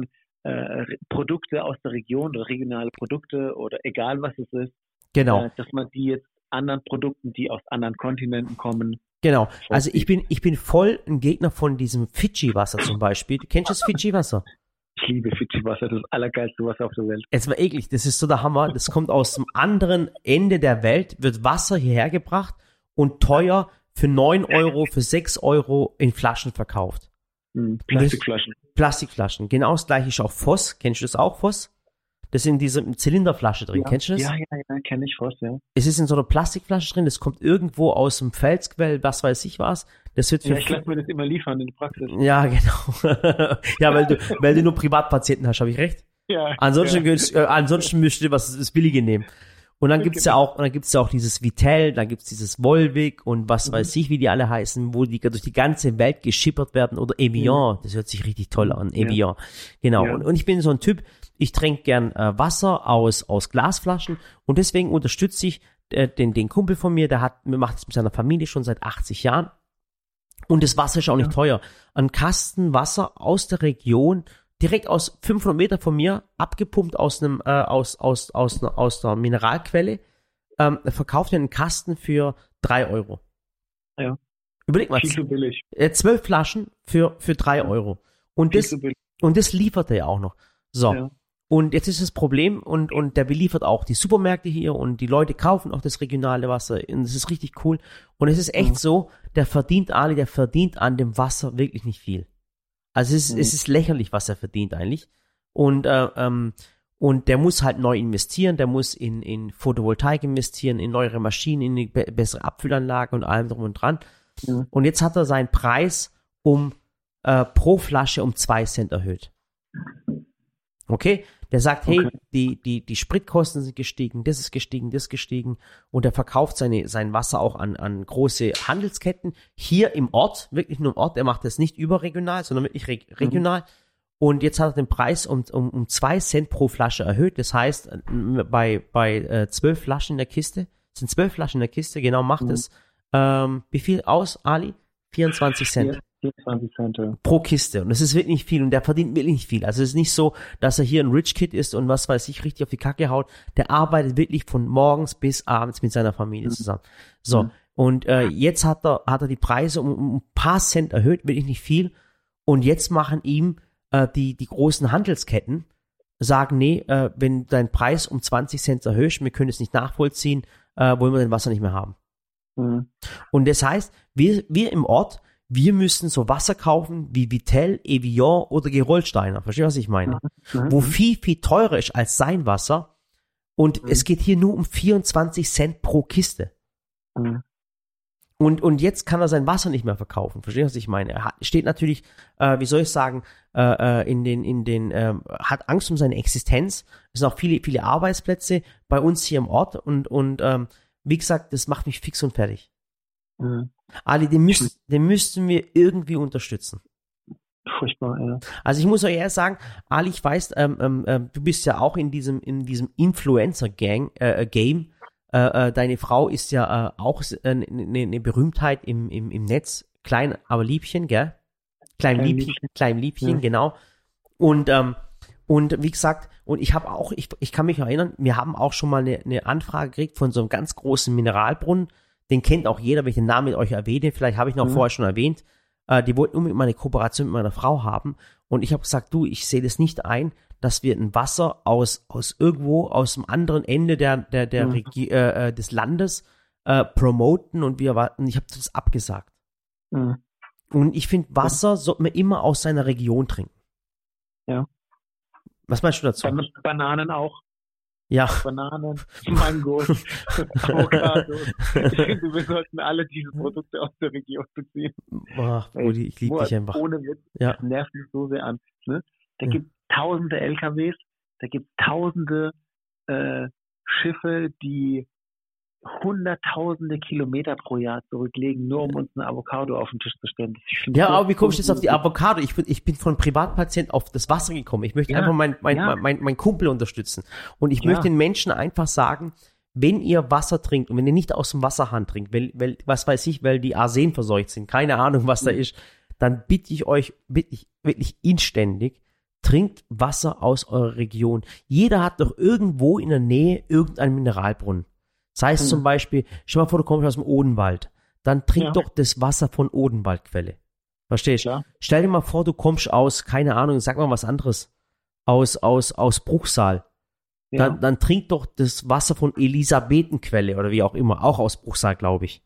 Produkte aus der Region oder regionale Produkte oder egal was es ist, genau. Dass man die jetzt anderen Produkten, die aus anderen Kontinenten kommen. Genau, also ich bin voll ein Gegner von diesem Fidschi-Wasser zum Beispiel. Kennst du das Fidschi-Wasser? Ich liebe Fidschi-Wasser, das allergeilste Wasser auf der Welt. Es war eklig, das ist so der Hammer. Das kommt aus dem anderen Ende der Welt, wird Wasser hierher gebracht und teuer für 9 Euro, für 6 Euro in Flaschen verkauft. Plastikflaschen. Plastikflaschen. Genau das gleiche ist auch Voss. Kennst du das auch, Voss? Das ist in dieser Zylinderflasche drin. Ja, Kennst du das? Ja, kenne ich Voss, ja. Es ist in so einer Plastikflasche drin. Das kommt irgendwo aus dem Felsquell, was weiß ich was. Das wird ich lasse mir das immer liefern in der Praxis. Ja, genau. Ja, weil du nur Privatpatienten hast, habe ich recht? Ja. Ansonsten müsst ihr das Billige nehmen. Und dann gibt's ja auch dieses Vitell, dann gibt's dieses Volvic und was weiß ich, wie die alle heißen, wo die durch die ganze Welt geschippert werden, oder Evian, das hört sich richtig toll an, Evian. Genau. Ja. Und ich bin so ein Typ, ich trinke gern Wasser aus Glasflaschen und deswegen unterstütze ich den Kumpel von mir, macht das mit seiner Familie schon seit 80 Jahren. Und das Wasser ist auch nicht teuer. Ein Kasten Wasser aus der Region, direkt aus 500 Meter von mir, abgepumpt aus einer Mineralquelle, verkauft er einen Kasten für 3 Euro. Ja. Überleg mal. Viel zu billig. 12 Flaschen für 3 Euro. Und das liefert er ja auch noch. So. Ja. Und jetzt ist das Problem, und der beliefert auch die Supermärkte hier und die Leute kaufen auch das regionale Wasser und es ist richtig cool. Und es ist echt so, der verdient an dem Wasser wirklich nicht viel. Also es ist lächerlich, was er verdient eigentlich. Und der muss halt neu investieren, der muss in Photovoltaik investieren, in neuere Maschinen, in eine bessere Abfüllanlage und allem drum und dran. Ja. Und jetzt hat er seinen Preis pro Flasche um 2 Cent erhöht. Okay? Der sagt, hey, die Spritkosten sind gestiegen, das ist gestiegen und er verkauft sein Wasser auch an große Handelsketten hier im Ort, wirklich nur im Ort, er macht das nicht überregional, sondern wirklich regional und jetzt hat er den Preis um 2 Cent pro Flasche erhöht, das heißt, bei 12 Flaschen in der Kiste, sind 12 Flaschen in der Kiste, genau, macht es, wie viel aus, Ali? 24 Cent. 24 Cent, ja. Pro Kiste. Und das ist wirklich nicht viel. Und der verdient wirklich nicht viel. Also es ist nicht so, dass er hier ein Rich Kid ist und was weiß ich, richtig auf die Kacke haut. Der arbeitet wirklich von morgens bis abends mit seiner Familie zusammen. So. Und jetzt hat er die Preise um ein paar Cent erhöht, wirklich nicht viel. Und jetzt machen ihm die großen Handelsketten, sagen, nee, wenn dein Preis um 20 Cent erhöht, wir können es nicht nachvollziehen, wollen wir den Wasser nicht mehr haben. Und das heißt, wir im Ort, wir müssen so Wasser kaufen wie Vitell, Evian oder Gerolsteiner. Verstehst du, was ich meine? Wo viel, viel teurer ist als sein Wasser. Und es geht hier nur um 24 Cent pro Kiste. Und jetzt kann er sein Wasser nicht mehr verkaufen. Verstehst du, was ich meine? Er steht natürlich, wie soll ich sagen, hat Angst um seine Existenz. Es sind auch viele, viele Arbeitsplätze bei uns hier im Ort. Und wie gesagt, das macht mich fix und fertig. Ali, den müssten wir irgendwie unterstützen. Furchtbar, ja. Also ich muss euch eher sagen, Ali, ich weiß, du bist ja auch in diesem Influencer-Game. Deine Frau ist ja auch eine Berühmtheit im Netz. Klein, aber Liebchen, gell? Klein Liebchen, ja. Genau. Und wie gesagt, und ich kann mich erinnern, wir haben auch schon mal eine Anfrage gekriegt von so einem ganz großen Mineralbrunnen. Den kennt auch jeder, wenn ich den Namen mit euch erwähne. Vielleicht habe ich noch vorher schon erwähnt. Die wollten unbedingt mal eine Kooperation mit meiner Frau haben. Und ich habe gesagt, ich sehe das nicht ein, dass wir ein Wasser aus irgendwo, aus dem anderen Ende des Landes promoten. Und ich habe das abgesagt. Und ich finde, Wasser sollte man immer aus seiner Region trinken. Ja. Was meinst du dazu? Bananen auch. Ja. Bananen, Mangos, Avocados. Ich finde, wir sollten alle diese Produkte aus der Region beziehen. Ach, Brudi, ich liebe dich einfach. Ohne Witz, ja. Das nervt mich so sehr an. Ne? Da gibt es tausende LKWs, da gibt es tausende Schiffe, die hunderttausende Kilometer pro Jahr zurücklegen, nur um uns eine Avocado auf den Tisch zu stellen. Ja, aber wie kommst du jetzt auf die Avocado? Ich bin von Privatpatient auf das Wasser gekommen. Ich möchte einfach mein Kumpel unterstützen. Und ich möchte den Menschen einfach sagen, wenn ihr Wasser trinkt und wenn ihr nicht aus dem Wasserhahn trinkt, weil was weiß ich, weil die Arsen verseucht sind, keine Ahnung, was da ist, dann bitte ich euch wirklich inständig, trinkt Wasser aus eurer Region. Jeder hat doch irgendwo in der Nähe irgendeinen Mineralbrunnen. Sei es zum Beispiel, stell mal vor, du kommst aus dem Odenwald, dann trink doch das Wasser von Odenwaldquelle. Verstehst du? Stell dir mal vor, du kommst aus, keine Ahnung, sag mal was anderes, aus Bruchsal. Ja. Dann trink doch das Wasser von Elisabethenquelle oder wie auch immer, auch aus Bruchsal, glaube ich.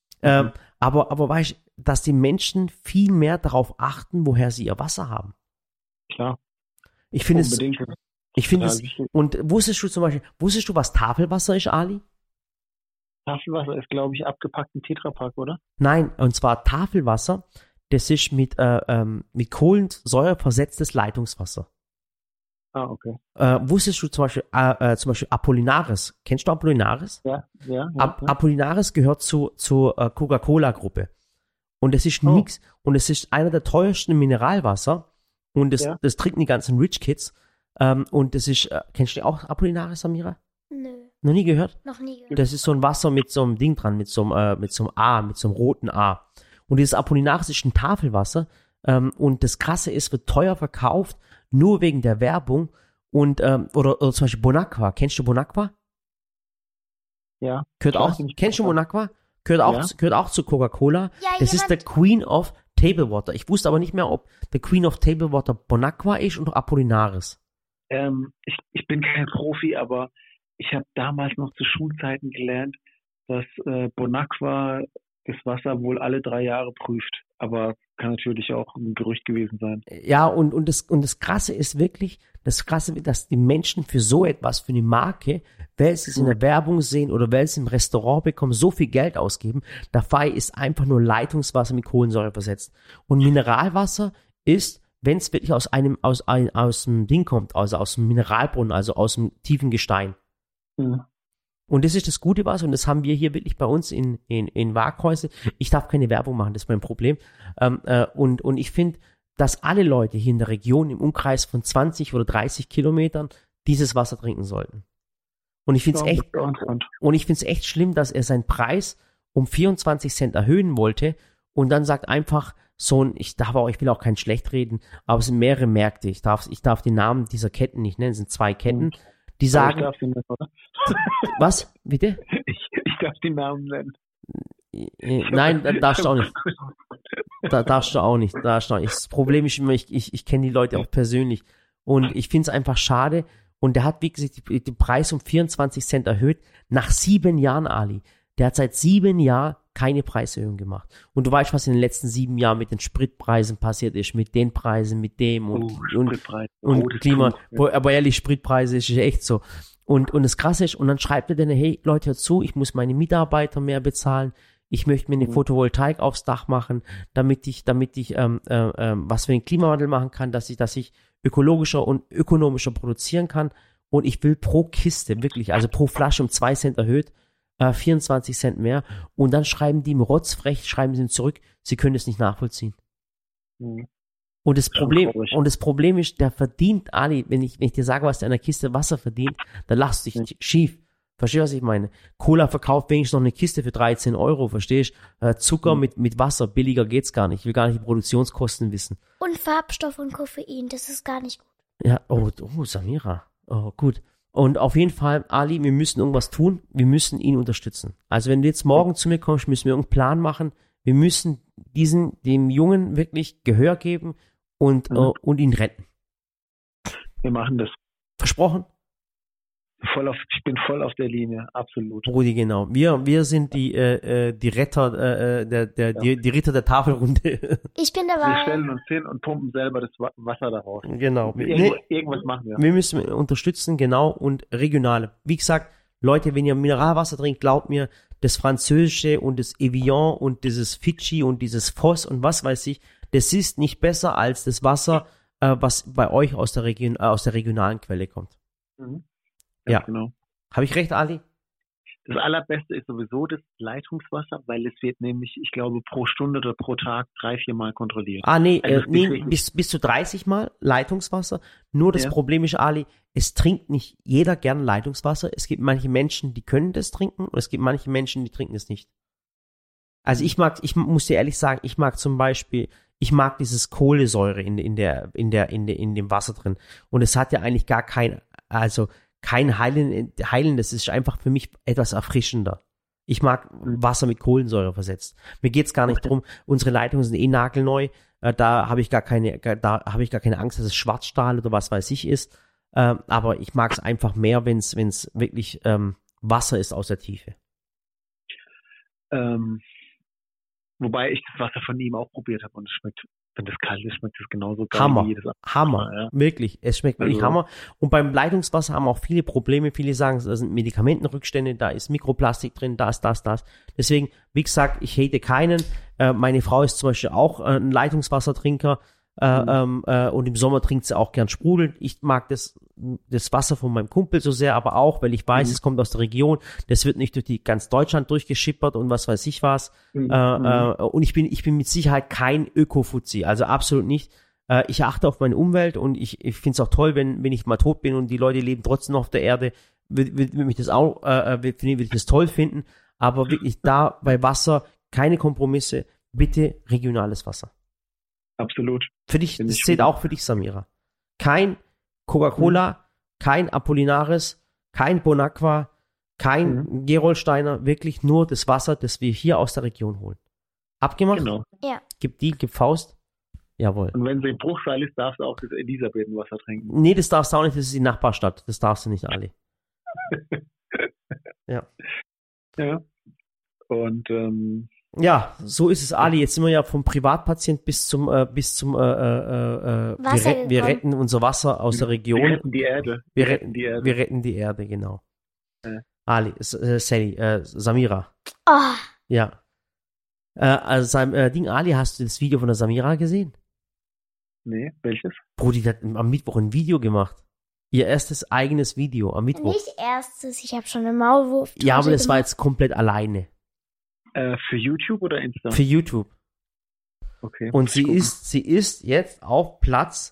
Aber weißt du, dass die Menschen viel mehr darauf achten, woher sie ihr Wasser haben. Klar. Ich finde es, und wusstest du, was Tafelwasser ist, Ali? Tafelwasser ist, glaube ich, abgepackt im Tetrapack, oder? Nein, und zwar Tafelwasser, das ist mit Kohlensäure versetztes Leitungswasser. Ah, okay. Wusstest du zum Beispiel Apollinaris? Kennst du Apollinaris? Ja. Apollinaris gehört zur Coca-Cola-Gruppe. Und es ist nix, und es ist einer der teuersten Mineralwasser, und das trinken die ganzen Rich Kids. Und das ist, kennst du auch Apollinaris, Samira? Nö. Noch nie gehört? Noch nie gehört. Das ist so ein Wasser mit so einem Ding dran, mit so einem roten A. Und dieses Apollinaris ist ein Tafelwasser. Und das Krasse ist, wird teuer verkauft, nur wegen der Werbung. Und, oder zum Beispiel Bonaqua. Kennst du Bonaqua? Ja. Kennst du Bonaqua? Gehört auch zu Coca-Cola. Ja, das ist der Queen of Table Water. Ich wusste aber nicht mehr, ob der Queen of Table Water Bonaqua ist oder Apollinaris. Ich bin kein Profi, aber ich habe damals noch zu Schulzeiten gelernt, dass Bonaqua das Wasser wohl alle 3 Jahre prüft. Aber kann natürlich auch ein Gerücht gewesen sein. Ja, und das Krasse ist wirklich, dass die Menschen für so etwas, für eine Marke, weil sie es in der Werbung sehen oder weil sie im Restaurant bekommen, so viel Geld ausgeben. Dabei ist einfach nur Leitungswasser mit Kohlensäure versetzt. Und Mineralwasser ist, wenn es wirklich aus dem Ding kommt, also aus dem Mineralbrunnen, also aus dem tiefen Gestein. Mhm. Und das ist das gute Wasser, und das haben wir hier wirklich bei uns in Waaghäusel. Ich darf keine Werbung machen, das ist mein Problem. Und ich finde, dass alle Leute hier in der Region im Umkreis von 20 oder 30 Kilometern dieses Wasser trinken sollten. Und ich finde es echt schlimm, dass er seinen Preis um 24 Cent erhöhen wollte und dann sagt einfach ich will auch kein schlecht reden, aber es sind mehrere Märkte. Ich darf den Namen dieser Ketten nicht nennen, es sind 2 Ketten. Die sagen. Ich darf den nennen, oder? Was? Bitte? Ich darf den Namen nennen. Nein, darfst du auch nicht. Darfst du auch nicht. Das Problem ist immer, ich kenne die Leute auch persönlich. Und ich finde es einfach schade. Und der hat, wie gesagt, den Preis um 24 Cent erhöht. Nach 7 Jahren, Ali. Der hat seit 7 Jahren keine Preiserhöhung gemacht. Und du weißt, was in den letzten 7 Jahren mit den Spritpreisen passiert ist, mit den Preisen, mit dem und Klima. Aber ehrlich, Spritpreise ist echt so. Und das Krasse ist, und dann schreibt er dann, hey, Leute, hört zu, ich muss meine Mitarbeiter mehr bezahlen, ich möchte mir eine Photovoltaik aufs Dach machen, damit ich was für den Klimawandel machen kann, dass ich ökologischer und ökonomischer produzieren kann. Und ich will pro Kiste, wirklich, also pro Flasche um 2 Cent erhöht, 24 Cent mehr. Und dann schreiben die ihm rotzfrech, schreiben sie ihm zurück, sie können es nicht nachvollziehen. Mhm. Und das Problem ist, der verdient, Ali, wenn ich dir sage, was der in der Kiste Wasser verdient, dann lachst du dich schief. Verstehst du, was ich meine? Cola verkauft wenigstens noch eine Kiste für 13 €, verstehst du? Zucker mit Wasser, billiger geht's gar nicht. Ich will gar nicht die Produktionskosten wissen. Und Farbstoff und Koffein, das ist gar nicht gut. Ja, oh, Samira. Oh, gut. Und auf jeden Fall, Ali, wir müssen irgendwas tun. Wir müssen ihn unterstützen. Also wenn du jetzt morgen zu mir kommst, müssen wir irgendeinen Plan machen. Wir müssen dem Jungen wirklich Gehör geben und ihn retten. Wir machen das. Versprochen? Ich bin voll auf der Linie, absolut. Brudi, genau. Wir sind die Retter, die Ritter der Tafelrunde. Ich bin Wir dabei. stellen uns hin und pumpen selber das Wasser da raus. Genau. Irgendwas machen wir. Wir müssen unterstützen, genau, und regionale. Wie gesagt, Leute, wenn ihr Mineralwasser trinkt, glaubt mir, das Französische und das Evian und dieses Fidschi und dieses Voss und was weiß ich, das ist nicht besser als das Wasser, was bei euch aus der regionalen Quelle kommt. Mhm. Ja. Genau. Habe ich recht, Ali? Das Allerbeste ist sowieso das Leitungswasser, weil es wird nämlich, ich glaube, pro Stunde oder pro Tag 3-4 Mal kontrolliert. Bis zu 30 Mal Leitungswasser. Nur das Problem ist, Ali, es trinkt nicht jeder gern Leitungswasser. Es gibt manche Menschen, die können das trinken, und es gibt manche Menschen, die trinken es nicht. Also ich muss dir ehrlich sagen, ich mag dieses Kohlensäure in dem Wasser drin. Und es hat ja eigentlich gar kein Heilen, das ist einfach für mich etwas erfrischender. Ich mag Wasser mit Kohlensäure versetzt. Mir geht's gar nicht drum, unsere Leitungen sind nagelneu, da habe ich gar keine Angst, dass es Schwarzstahl oder was weiß ich ist, aber ich mag es einfach mehr, wenn's wirklich Wasser ist aus der Tiefe. Wobei ich das Wasser von ihm auch probiert habe und es schmeckt, wenn das kalt ist, schmeckt es genauso geil Hammer, wie jedes andere. Hammer, ja. Wirklich, es schmeckt wirklich Hammer. Und beim Leitungswasser haben auch viele Probleme, viele sagen, da sind Medikamentenrückstände, da ist Mikroplastik drin, das. Deswegen, wie gesagt, ich hate keinen. Meine Frau ist zum Beispiel auch ein Leitungswassertrinker und im Sommer trinkt sie auch gern Sprudel. Ich mag das Wasser von meinem Kumpel so sehr, aber auch, weil ich weiß, es kommt aus der Region, das wird nicht durch ganz Deutschland durchgeschippert und was weiß ich was. Und ich bin mit Sicherheit kein Öko-Fuzzi, also absolut nicht. Ich achte auf meine Umwelt und ich finde es auch toll, wenn ich mal tot bin und die Leute leben trotzdem noch auf der Erde, würde ich das toll finden. Aber wirklich da bei Wasser keine Kompromisse, bitte regionales Wasser. Absolut. Für dich, das zählt auch für dich, Samira. Kein Coca-Cola, kein Apollinaris, kein Bonaqua, kein Gerolsteiner, wirklich nur das Wasser, das wir hier aus der Region holen. Abgemacht? Genau. Ja. Gib Faust. Jawohl. Und wenn sie in Bruchsal ist, darfst du auch das Elisabethenwasser trinken. Nee, das darfst du auch nicht, das ist die Nachbarstadt. Das darfst du nicht, Ali. Ja. Ja. Und ja, so ist es, Ali. Jetzt sind wir ja vom Privatpatient bis zum wir retten unser Wasser aus der Region. Wir retten die Erde. Wir retten die Erde, genau. Ja. Ali, Samira. Oh. Ja. Also Ali, hast du das Video von der Samira gesehen? Nee, welches? Brudi hat am Mittwoch ein Video gemacht. Ihr erstes eigenes Video am Mittwoch. Nicht erstes, ich habe schon einen Maulwurf. Ja, aber das war jetzt komplett alleine. Für YouTube oder Insta? Für YouTube. Okay. Und sie ist jetzt auf Platz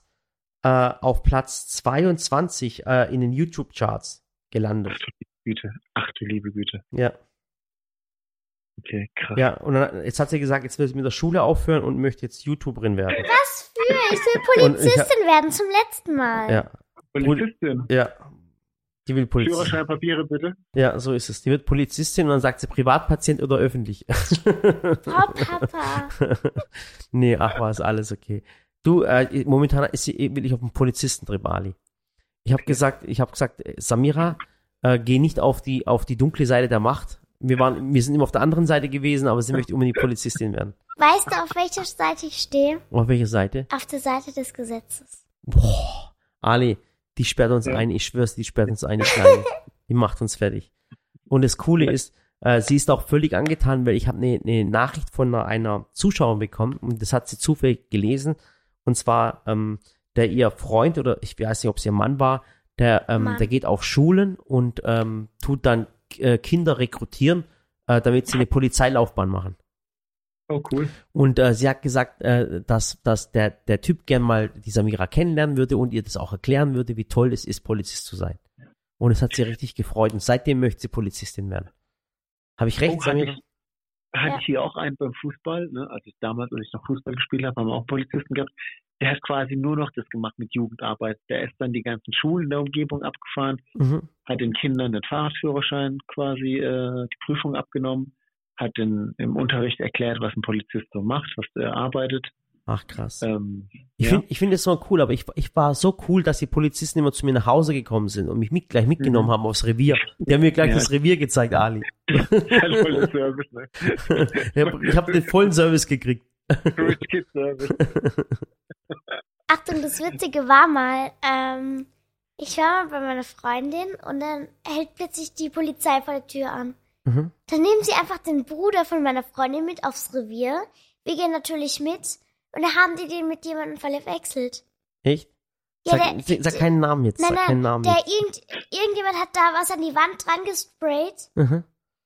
22 in den YouTube-Charts gelandet. Ach du liebe Güte. Ja. Okay, krass. Ja, und dann, jetzt hat sie gesagt, jetzt will sie mit der Schule aufhören und möchte jetzt YouTuberin werden. Was für? Ich will Polizistin werden zum letzten Mal. Ja. Polizistin? Ja. Die will Polizistin. Führerscheinpapiere bitte? Ja, so ist es. Die wird Polizistin und dann sagt sie Privatpatient oder öffentlich. Frau Papa. Nee, ach, war es alles okay. Du, momentan ist sie wirklich auf dem Polizistentrip, Ali. Ich habe gesagt, Samira, geh nicht auf die dunkle Seite der Macht. Wir sind immer auf der anderen Seite gewesen, aber sie möchte unbedingt Polizistin werden. Weißt du, auf welcher Seite ich stehe? Auf welcher Seite? Auf der Seite des Gesetzes. Boah, Ali, die sperrt uns ein, ich schwör's, die sperrt uns ein, die Kleine. Die macht uns fertig. Und das Coole ist, sie ist auch völlig angetan, weil ich habe eine Nachricht von einer Zuschauerin bekommen und das hat sie zufällig gelesen. Und zwar, der ihr Freund, oder ich weiß nicht, ob es ihr Mann war, der geht auf Schulen und tut dann Kinder rekrutieren, damit sie eine Polizeilaufbahn machen. Oh, cool. Und sie hat gesagt, dass der Typ gern mal die Samira kennenlernen würde und ihr das auch erklären würde, wie toll es ist, Polizist zu sein. Und es hat sie richtig gefreut. Und seitdem möchte sie Polizistin werden. Habe ich recht, Samira? Hatte ich hier auch einen beim Fußball, ne? Also damals, als ich noch Fußball gespielt habe, haben wir auch Polizisten gehabt. Der hat quasi nur noch das gemacht mit Jugendarbeit. Der ist dann die ganzen Schulen in der Umgebung abgefahren, hat den Kindern den Fahrradführerschein quasi die Prüfung abgenommen, hat im Unterricht erklärt, was ein Polizist so macht, was er arbeitet. Ach, krass. Ich finde es so cool, aber ich war so cool, dass die Polizisten immer zu mir nach Hause gekommen sind und mich gleich mitgenommen haben aufs Revier. Die haben mir gleich das Revier gezeigt, Ali. Voller Service, ne? Ich habe den vollen Service gekriegt. Rich Kid Service. Achtung, das Witzige war mal, ich war mal bei meiner Freundin und dann hält plötzlich die Polizei vor der Tür an. Mhm. Dann nehmen sie einfach den Bruder von meiner Freundin mit aufs Revier. Wir gehen natürlich mit und dann haben die den mit jemandem verwechselt. Echt? Ja, sag keinen Namen jetzt. Nein, sag keinen Namen jetzt. Irgendjemand hat da was an die Wand dran gesprayt. Mhm.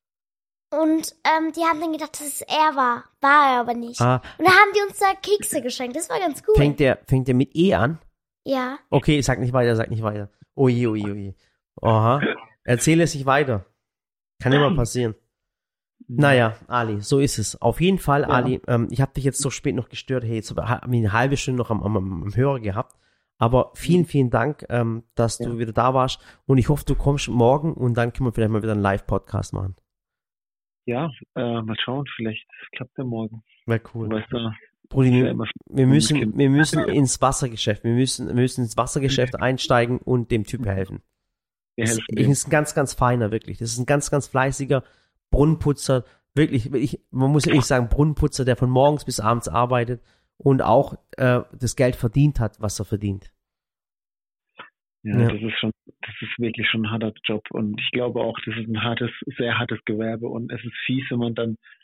Und die haben dann gedacht, dass es er war. War er aber nicht. Ah. Und dann haben die uns da Kekse geschenkt. Das war ganz cool. Fängt der mit E an? Ja. Okay, sag nicht weiter. Oje. Aha. Erzähle es nicht weiter. Kann immer passieren. Naja, Ali, so ist es. Auf jeden Fall, ja. Ali, ich habe dich jetzt so spät noch gestört. Hey, jetzt habe ich eine halbe Stunde noch am Hörer gehabt. Aber vielen Dank, dass du wieder da warst. Und ich hoffe, du kommst morgen und dann können wir vielleicht mal wieder einen Live-Podcast machen. Ja, mal schauen. Vielleicht klappt der morgen. Wäre cool. Weißt du, Brudi, wir müssen ins Wassergeschäft. Wir müssen ins Wassergeschäft einsteigen und dem Typ helfen. Das ist ein ganz, ganz feiner, wirklich. Das ist ein ganz, ganz fleißiger Brunnenputzer. Wirklich, man muss ehrlich sagen, Brunnenputzer, der von morgens bis abends arbeitet und auch das Geld verdient hat, was er verdient. Ja, das ist wirklich schon ein harter Job. Und ich glaube auch, das ist ein sehr hartes Gewerbe. Und es ist fies, wenn man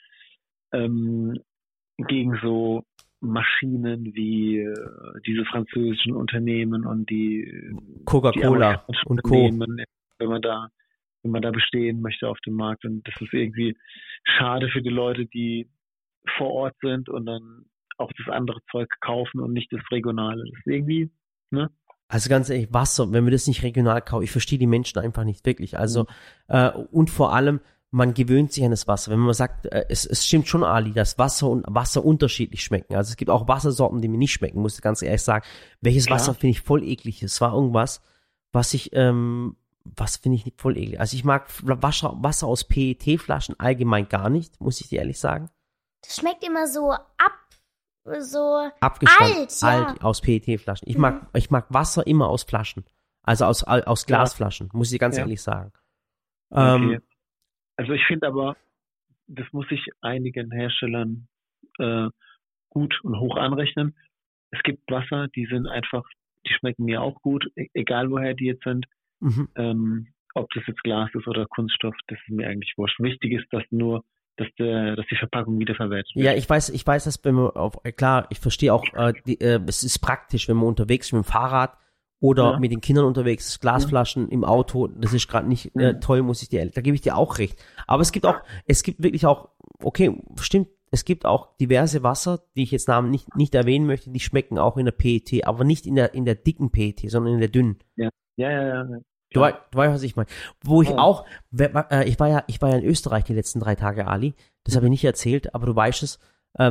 dann gegen so Maschinen wie diese französischen Unternehmen und die Coca-Cola und Co. Wenn man da bestehen möchte auf dem Markt. Und das ist irgendwie schade für die Leute, die vor Ort sind und dann auch das andere Zeug kaufen und nicht das Regionale. Das ist irgendwie, ne? Also ganz ehrlich, Wasser, wenn wir das nicht regional kaufen, ich verstehe die Menschen einfach nicht wirklich. Also, und vor allem, man gewöhnt sich an das Wasser. Wenn man sagt, es stimmt schon, Ali, dass Wasser und Wasser unterschiedlich schmecken. Also es gibt auch Wassersorten, die mir nicht schmecken, muss ich ganz ehrlich sagen. Welches Wasser finde ich voll eklig? Es war irgendwas, was finde ich nicht voll eklig. Also ich mag Wasser aus PET-Flaschen allgemein gar nicht, muss ich dir ehrlich sagen. Das schmeckt immer so abgestanden, alt aus PET-Flaschen. Ich mag Wasser immer aus Flaschen. Also aus Glasflaschen, muss ich ganz ehrlich sagen. Okay. Also ich finde aber, das muss ich einigen Herstellern gut und hoch anrechnen. Es gibt Wasser, die schmecken mir auch gut, egal woher die jetzt sind. Mhm. Ob das jetzt Glas ist oder Kunststoff, das ist mir eigentlich wurscht. Wichtig ist, dass die Verpackung wiederverwertet wird. Ja, ich weiß, dass wenn man klar, ich verstehe auch, es ist praktisch, wenn man unterwegs ist mit dem Fahrrad oder mit den Kindern unterwegs ist, Glasflaschen im Auto, das ist gerade nicht toll, da gebe ich dir auch recht. Aber es gibt wirklich auch, okay, stimmt, es gibt auch diverse Wasser, die ich jetzt Namen nicht erwähnen möchte, die schmecken auch in der PET, aber nicht in der dicken PET, sondern in der dünnen. Ja. Du weißt, was ich meine. Wo ich auch, ich war ja in Österreich die letzten 3 Tage, Ali. Das habe ich nicht erzählt, aber du weißt es.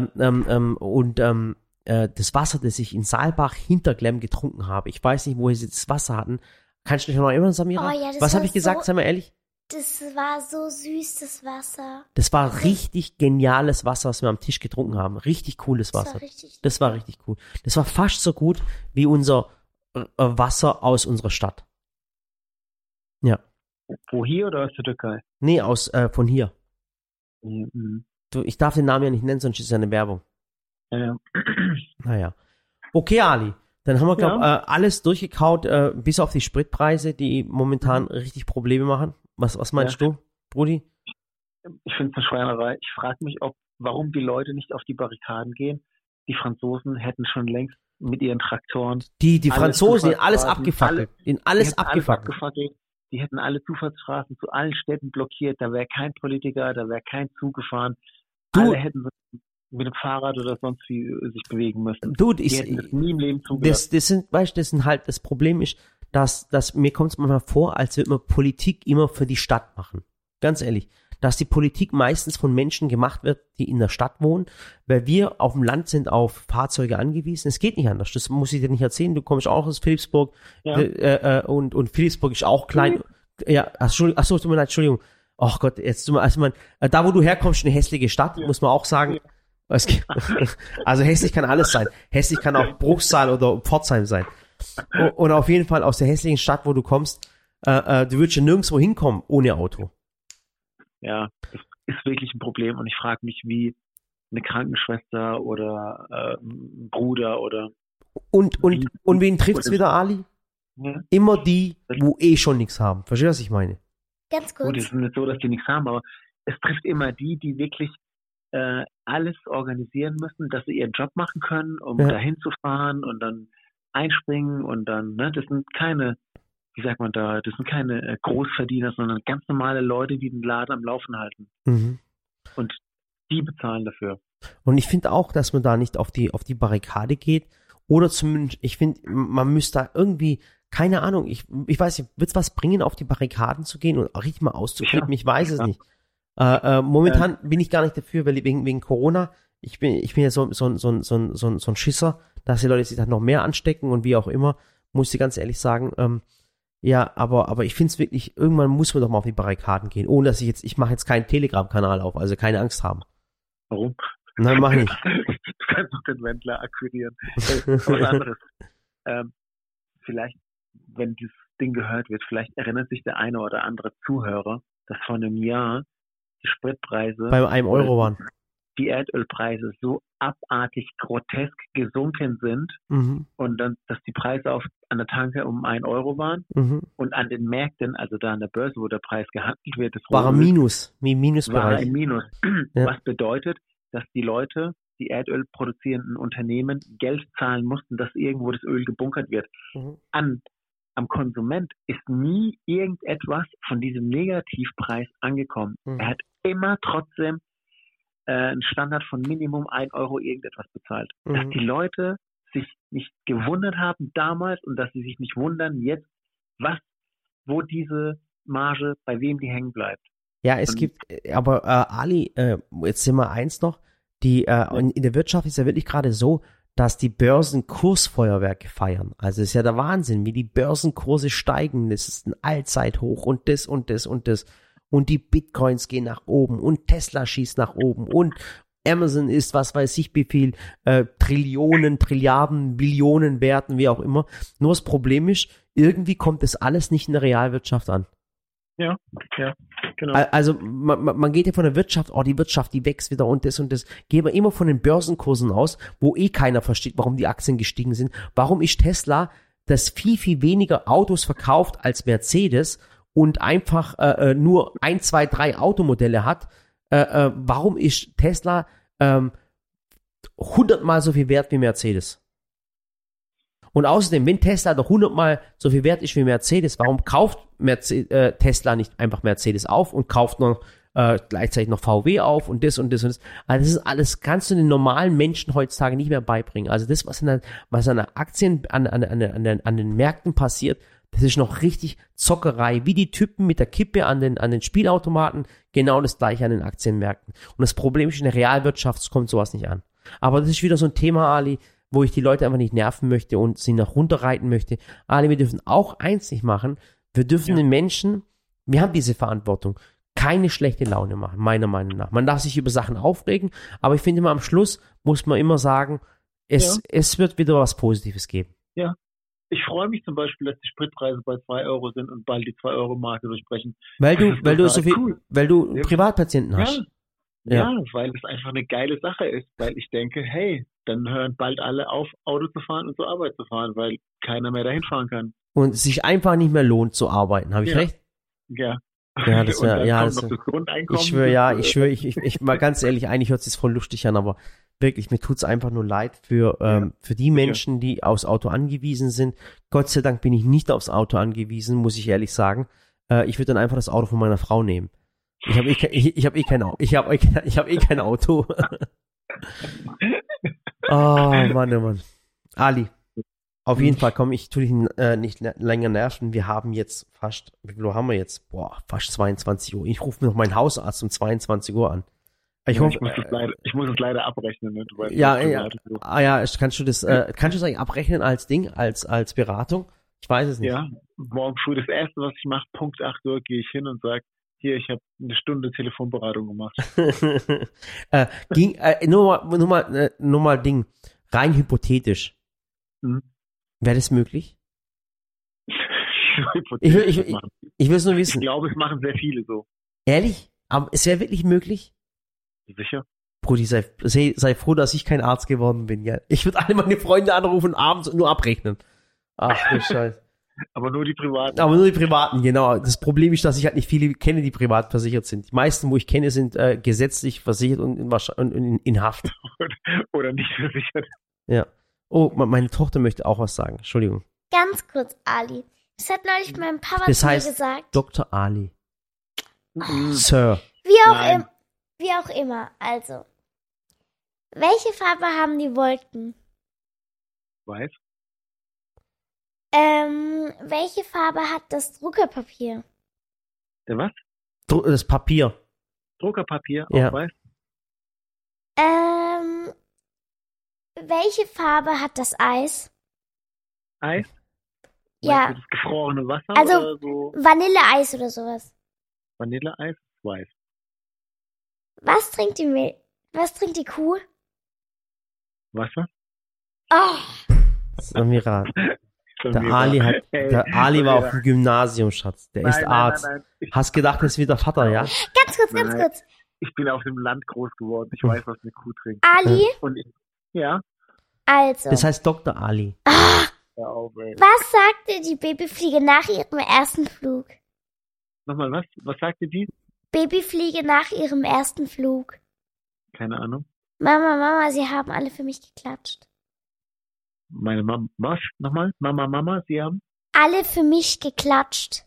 Das Wasser, das ich in Saalbach hinter Glemm getrunken habe, ich weiß nicht, woher sie das Wasser hatten. Kannst du dich noch erinnern, Samira? Oh ja, was habe ich gesagt, sei mal ehrlich? Das war so süß, das Wasser. Das war richtig geniales Wasser, was wir am Tisch getrunken haben. Richtig cooles Wasser. Das war richtig cool. Das war fast so gut wie unser Wasser aus unserer Stadt. Ja. Wo, hier oder aus der Türkei? Nee, von hier. Mhm. Ich darf den Namen ja nicht nennen, sonst ist es eine Werbung. Ja. Naja. Okay, Ali. Dann haben wir, glaube ich, alles durchgekaut, bis auf die Spritpreise, die momentan richtig Probleme machen. Was meinst du, Brudi? Ich finde es eine Schweinerei. Ich frage mich, warum die Leute nicht auf die Barrikaden gehen. Die Franzosen hätten schon längst mit ihren Traktoren Die Franzosen, in alles abgefackelt. Die hätten alle Zufahrtsstraßen zu allen Städten blockiert. Da wäre kein Politiker, da wäre kein Zug gefahren. Alle hätten mit dem Fahrrad oder sonst wie sich bewegen müssen. Die hätten das nie im Leben zugelassen. Das Problem ist, dass mir kommt es manchmal vor, als würde man Politik immer für die Stadt machen. Ganz ehrlich. Dass die Politik meistens von Menschen gemacht wird, die in der Stadt wohnen, weil wir auf dem Land sind auf Fahrzeuge angewiesen. Es geht nicht anders. Das muss ich dir nicht erzählen. Du kommst auch aus Philipsburg und Philipsburg ist auch klein. Ja, achso, tut mir leid, Entschuldigung. Ach Gott, da wo du herkommst, eine hässliche Stadt, muss man auch sagen. Also hässlich kann alles sein. Hässlich kann auch Bruchsal oder Pforzheim sein. Und auf jeden Fall aus der hässlichen Stadt, wo du kommst, du würdest ja nirgendwo hinkommen ohne Auto. Ja, das ist wirklich ein Problem und ich frage mich, wie eine Krankenschwester oder ein Bruder oder... Und wen trifft's wieder, Ali? Ja. Immer die, wo schon nichts haben. Verstehst du, was ich meine? Ganz gut. Es ist nicht so, dass die nichts haben, aber es trifft immer die wirklich alles organisieren müssen, dass sie ihren Job machen können, um dahin zu fahren und dann einspringen und dann, ne, das sind keine, wie sagt man da, das sind keine Großverdiener, sondern ganz normale Leute, die den Laden am Laufen halten. Mhm. Und die bezahlen dafür. Und ich finde auch, dass man da nicht auf die Barrikade geht oder zumindest, ich finde, man müsste da irgendwie, keine Ahnung, ich weiß nicht, wird es was bringen, auf die Barrikaden zu gehen und auch richtig mal auszuflippen? Ich weiß es nicht. Momentan bin ich gar nicht dafür, weil wegen Corona, ich bin ja so ein Schisser, dass die Leute sich dann noch mehr anstecken und wie auch immer, muss ich ganz ehrlich sagen, ja, aber ich finde es wirklich, irgendwann muss man doch mal auf die Barrikaden gehen, ohne dass ich mache jetzt keinen Telegram-Kanal auf, also keine Angst haben. Warum? Nein, mach ich nicht. Du kannst doch den Wendler akquirieren. Was anderes. Vielleicht, wenn dieses Ding gehört wird, vielleicht erinnert sich der eine oder andere Zuhörer, dass vor einem Jahr die Spritpreise bei 1 Euro waren. Die Erdölpreise so abartig grotesk gesunken sind und dann, dass die Preise an der Tanke um 1 Euro waren und an den Märkten, also da an der Börse, wo der Preis gehandelt wird, war ein Minusbereich. War ein Minus. Ja. Was bedeutet, dass die Leute, die Erdöl produzierenden Unternehmen, Geld zahlen mussten, dass irgendwo das Öl gebunkert wird. Am Konsument ist nie irgendetwas von diesem Negativpreis angekommen. Er hat immer trotzdem einen Standard von Minimum 1 Euro irgendetwas bezahlt. Dass die Leute sich nicht gewundert haben damals und dass sie sich nicht wundern jetzt, wo diese Marge, bei wem die hängen bleibt. Ja, es gibt, aber Ali, jetzt sind wir eins noch, in der Wirtschaft ist ja wirklich gerade so, dass die Börsen Kursfeuerwerke feiern. Also es ist ja der Wahnsinn, wie die Börsenkurse steigen. Das ist ein Allzeithoch und das und das und das. Und die Bitcoins gehen nach oben und Tesla schießt nach oben und Amazon ist, was weiß ich, wie viel Trillionen, Trilliarden, Billionen Werten, wie auch immer. Nur das Problem ist, irgendwie kommt das alles nicht in der Realwirtschaft an. Ja, genau. Also man geht ja von der Wirtschaft, die Wirtschaft, die wächst wieder und das. Gehen wir immer von den Börsenkursen aus, wo keiner versteht, warum die Aktien gestiegen sind. Warum ist Tesla, das viel, viel weniger Autos verkauft als Mercedes und einfach nur 1, 2, 3 Automodelle hat? Warum ist Tesla 100-mal so viel wert wie Mercedes? Und außerdem, wenn Tesla doch 100-mal so viel wert ist wie Mercedes, warum kauft Tesla nicht einfach Mercedes auf und kauft noch gleichzeitig noch VW auf und das und das und das? Also das ist alles, kannst du den normalen Menschen heutzutage nicht mehr beibringen. Also das, was an der Aktien, an den Märkten passiert, das ist noch richtig Zockerei, wie die Typen mit der Kippe an den Spielautomaten, genau das gleiche an den Aktienmärkten. Und das Problem ist, in der Realwirtschaft kommt sowas nicht an. Aber das ist wieder so ein Thema, Ali, wo ich die Leute einfach nicht nerven möchte und sie nach runterreiten möchte. Ali, wir dürfen auch eins nicht machen, wir dürfen den Menschen, wir haben diese Verantwortung, keine schlechte Laune machen, meiner Meinung nach. Man darf sich über Sachen aufregen, aber ich finde immer am Schluss muss man immer sagen, es wird wieder was Positives geben. Ja. Ich freue mich zum Beispiel, dass die Spritpreise bei 2 Euro sind und bald die 2-Euro-Marke durchbrechen. Weil du Privatpatienten hast. Ja, weil es einfach eine geile Sache ist, weil ich denke, hey, dann hören bald alle auf, Auto zu fahren und zur Arbeit zu fahren, weil keiner mehr dahin fahren kann. Und es sich einfach nicht mehr lohnt zu arbeiten, habe ich recht? Ja. Ja, das wäre, das Grundeinkommen. Ich schwöre, ich mal ganz ehrlich, eigentlich hört es sich voll lustig an, aber wirklich, mir tut's einfach nur leid für die Menschen, die aufs Auto angewiesen sind. Gott sei Dank bin ich nicht aufs Auto angewiesen, muss ich ehrlich sagen. Ich würde dann einfach das Auto von meiner Frau nehmen. Ich habe kein Auto. Oh Mann. Ali, auf jeden Fall, komm, ich tue dich nicht länger nerven. Wir haben jetzt fast 22 Uhr. Ich rufe noch meinen Hausarzt um 22 Uhr an. Ich muss es leider abrechnen. Ne? Du weißt, kannst du das eigentlich abrechnen als Beratung? Ich weiß es nicht. Ja, morgen früh das Erste, was ich mache, Punkt 8 Uhr, gehe ich hin und sage, Hier, ich habe eine Stunde Telefonberatung gemacht. Nur mal Ding, rein hypothetisch. Wäre das möglich? Ich will es nur wissen. Ich glaube, es machen sehr viele so. Ehrlich? Aber es wäre wirklich möglich? Sicher? Brudi, sei froh, dass ich kein Arzt geworden bin, ja. Ich würde alle meine Freunde anrufen abends und nur abrechnen. Ach du Scheiße. Aber nur die Privaten. Aber nur die Privaten, genau. Das Problem ist, dass ich halt nicht viele kenne, die privat versichert sind. Die meisten, wo ich kenne, sind gesetzlich versichert und in Haft. Oder nicht versichert. Ja. Oh, meine Tochter möchte auch was sagen. Entschuldigung. Ganz kurz, Ali. Das hat neulich mein Papa Das zu mir heißt gesagt. Dr. Ali. Sir. Wie auch immer. Also, welche Farbe haben die Wolken? Weiß. Welche Farbe hat das Druckerpapier? Der was? Das Papier. Druckerpapier, Ja. auch weiß. Welche Farbe hat das Eis? Eis? Ja. Meinst du das gefrorene Wasser Also, oder so? Vanilleeis oder sowas. Vanilleeis? Weiß. Was trinkt die Kuh? Wasser? Oh, Samira. Der Ali war auf dem Gymnasium, Schatz. Der ist Arzt. Nein. Hast gedacht, das ist wieder Vater, ja? ganz kurz. Ich bin auf dem Land groß geworden. Ich weiß, was eine Kuh trinkt. Ali, Ja. also. Das heißt Dr. Ali. Hör auf, ey. Was sagte die Babyfliege nach ihrem ersten Flug? Nochmal was? Was sagte die? Babyfliege nach ihrem ersten Flug. Keine Ahnung. Mama, sie haben alle für mich geklatscht. Meine Mama. Was? Nochmal? Mama, Sie haben? Alle für mich geklatscht.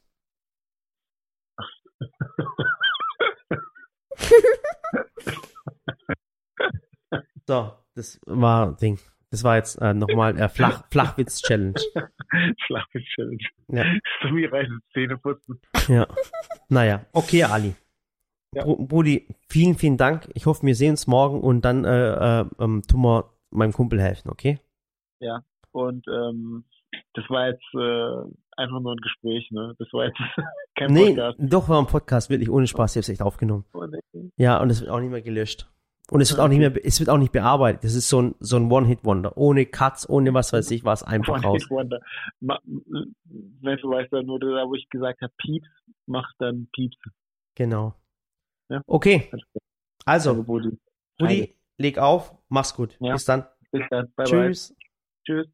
So, das war jetzt nochmal Flachwitz-Challenge. Flachwitz-Challenge. Ja. So wie reine Zähne putzen. Ja. Naja, okay, Ali. Ja. Brudi, vielen Dank. Ich hoffe, wir sehen uns morgen und dann tun wir meinem Kumpel helfen, okay? Ja, und das war jetzt einfach nur ein Gespräch, ne? Das war jetzt kein Podcast. Doch, war ein Podcast, wirklich ohne Spaß, ich hab's echt aufgenommen. Okay. Ja, und es wird auch nicht mehr gelöscht. Und es wird auch nicht bearbeitet. Das ist so ein One-Hit-Wonder. Ohne Cuts, ohne was weiß ich, war es einfach raus. One-Hit-Wonder. Wenn du weißt, nur da, wo ich gesagt habe, Pieps, mach dann Pieps. Genau. Ja? Okay. Also, Brudi, leg auf, mach's gut. Ja. Bis dann. Bis dann. Bye, Tschüss. bye. Tschüss.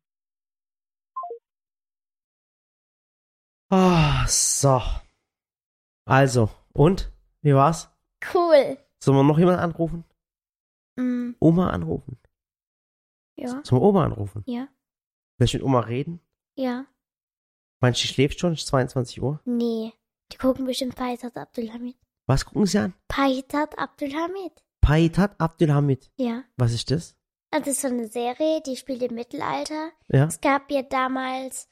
So. Also, und? Wie war's? Cool. Sollen wir noch jemanden anrufen? Mm, Oma anrufen? ja. Sollen wir Oma anrufen? Ja. Willst du mit Oma reden? Ja. Meinst du, die schläft schon? Es ist 22 Uhr. Nee. Die gucken bestimmt Paitat Abdulhamid. Was gucken sie an? Paitat Abdulhamid. Paitat Abdulhamid. Ja. Was ist das? Das ist so eine Serie, die spielt im Mittelalter. Ja. Es gab ja damals,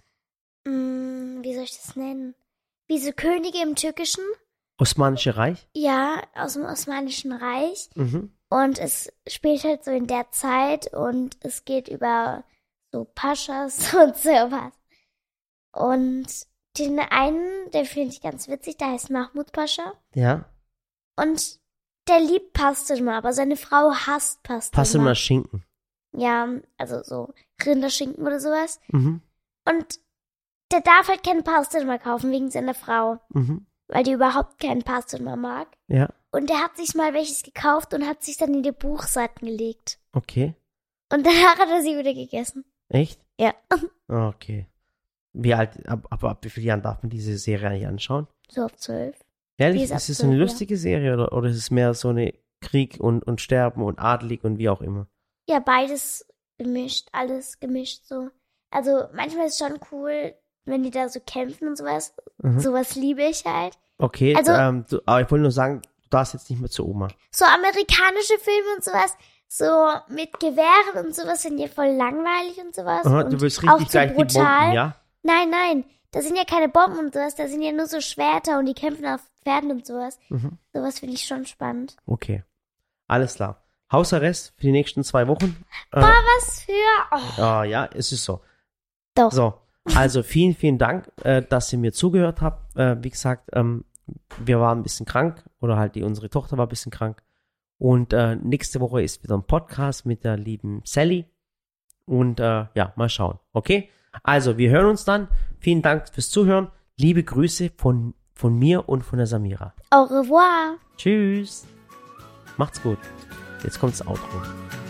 wie soll ich das nennen? Wie so Könige im Türkischen. Osmanische Reich? Ja, aus dem Osmanischen Reich. Mhm. Und es spielt halt so in der Zeit und es geht über so Paschas und sowas. Und den einen, den finde ich ganz witzig, der heißt Mahmud Pascha. Ja. Und der liebt Pastırma, aber seine Frau hasst Pastırma. Pastırma Schinken. Ja, also so Rinderschinken oder sowas. Mhm. Und der darf halt keinen Pastırma kaufen wegen seiner Frau, Mhm. weil die überhaupt keinen Pastırma mag. Ja. Und der hat sich mal welches gekauft und hat sich dann in die Buchseiten gelegt. Okay. Und danach hat er sie wieder gegessen. Echt? Ja. Okay. Wie alt, ab wie vielen Jahren darf man diese Serie eigentlich anschauen? So auf 12. Ehrlich, Ist ab ist es eine 12, ja. lustige Serie oder ist es mehr so eine Krieg und Sterben und adelig und wie auch immer? Ja, beides gemischt, alles gemischt so. Also manchmal ist es schon cool, wenn die da so kämpfen und sowas. Mhm. Sowas liebe ich halt. Okay, Also- aber ich wollte nur sagen, du darfst jetzt nicht mehr zur Oma. So amerikanische Filme und sowas, so mit Gewehren und sowas sind ja voll langweilig und sowas. Aha, und du willst auch richtig so gleich die brutal. Bomben, ja? Nein, da sind ja keine Bomben und sowas, da sind ja nur so Schwerter und die kämpfen auf Pferden und sowas. Mhm. Sowas finde ich schon spannend. Okay. Alles klar. Hausarrest für die nächsten 2 Wochen. Boah, was für... Oh, Ja, es ist so. doch. So, also vielen Dank, dass ihr mir zugehört habt. Wie gesagt, wir waren ein bisschen krank oder halt unsere Tochter war ein bisschen krank. Und nächste Woche ist wieder ein Podcast mit der lieben Sally. Und ja, mal schauen. Okay? Also, wir hören uns dann. Vielen Dank fürs Zuhören. Liebe Grüße von mir und von der Samira. Au revoir. Tschüss. Macht's gut. Jetzt kommt das Outro.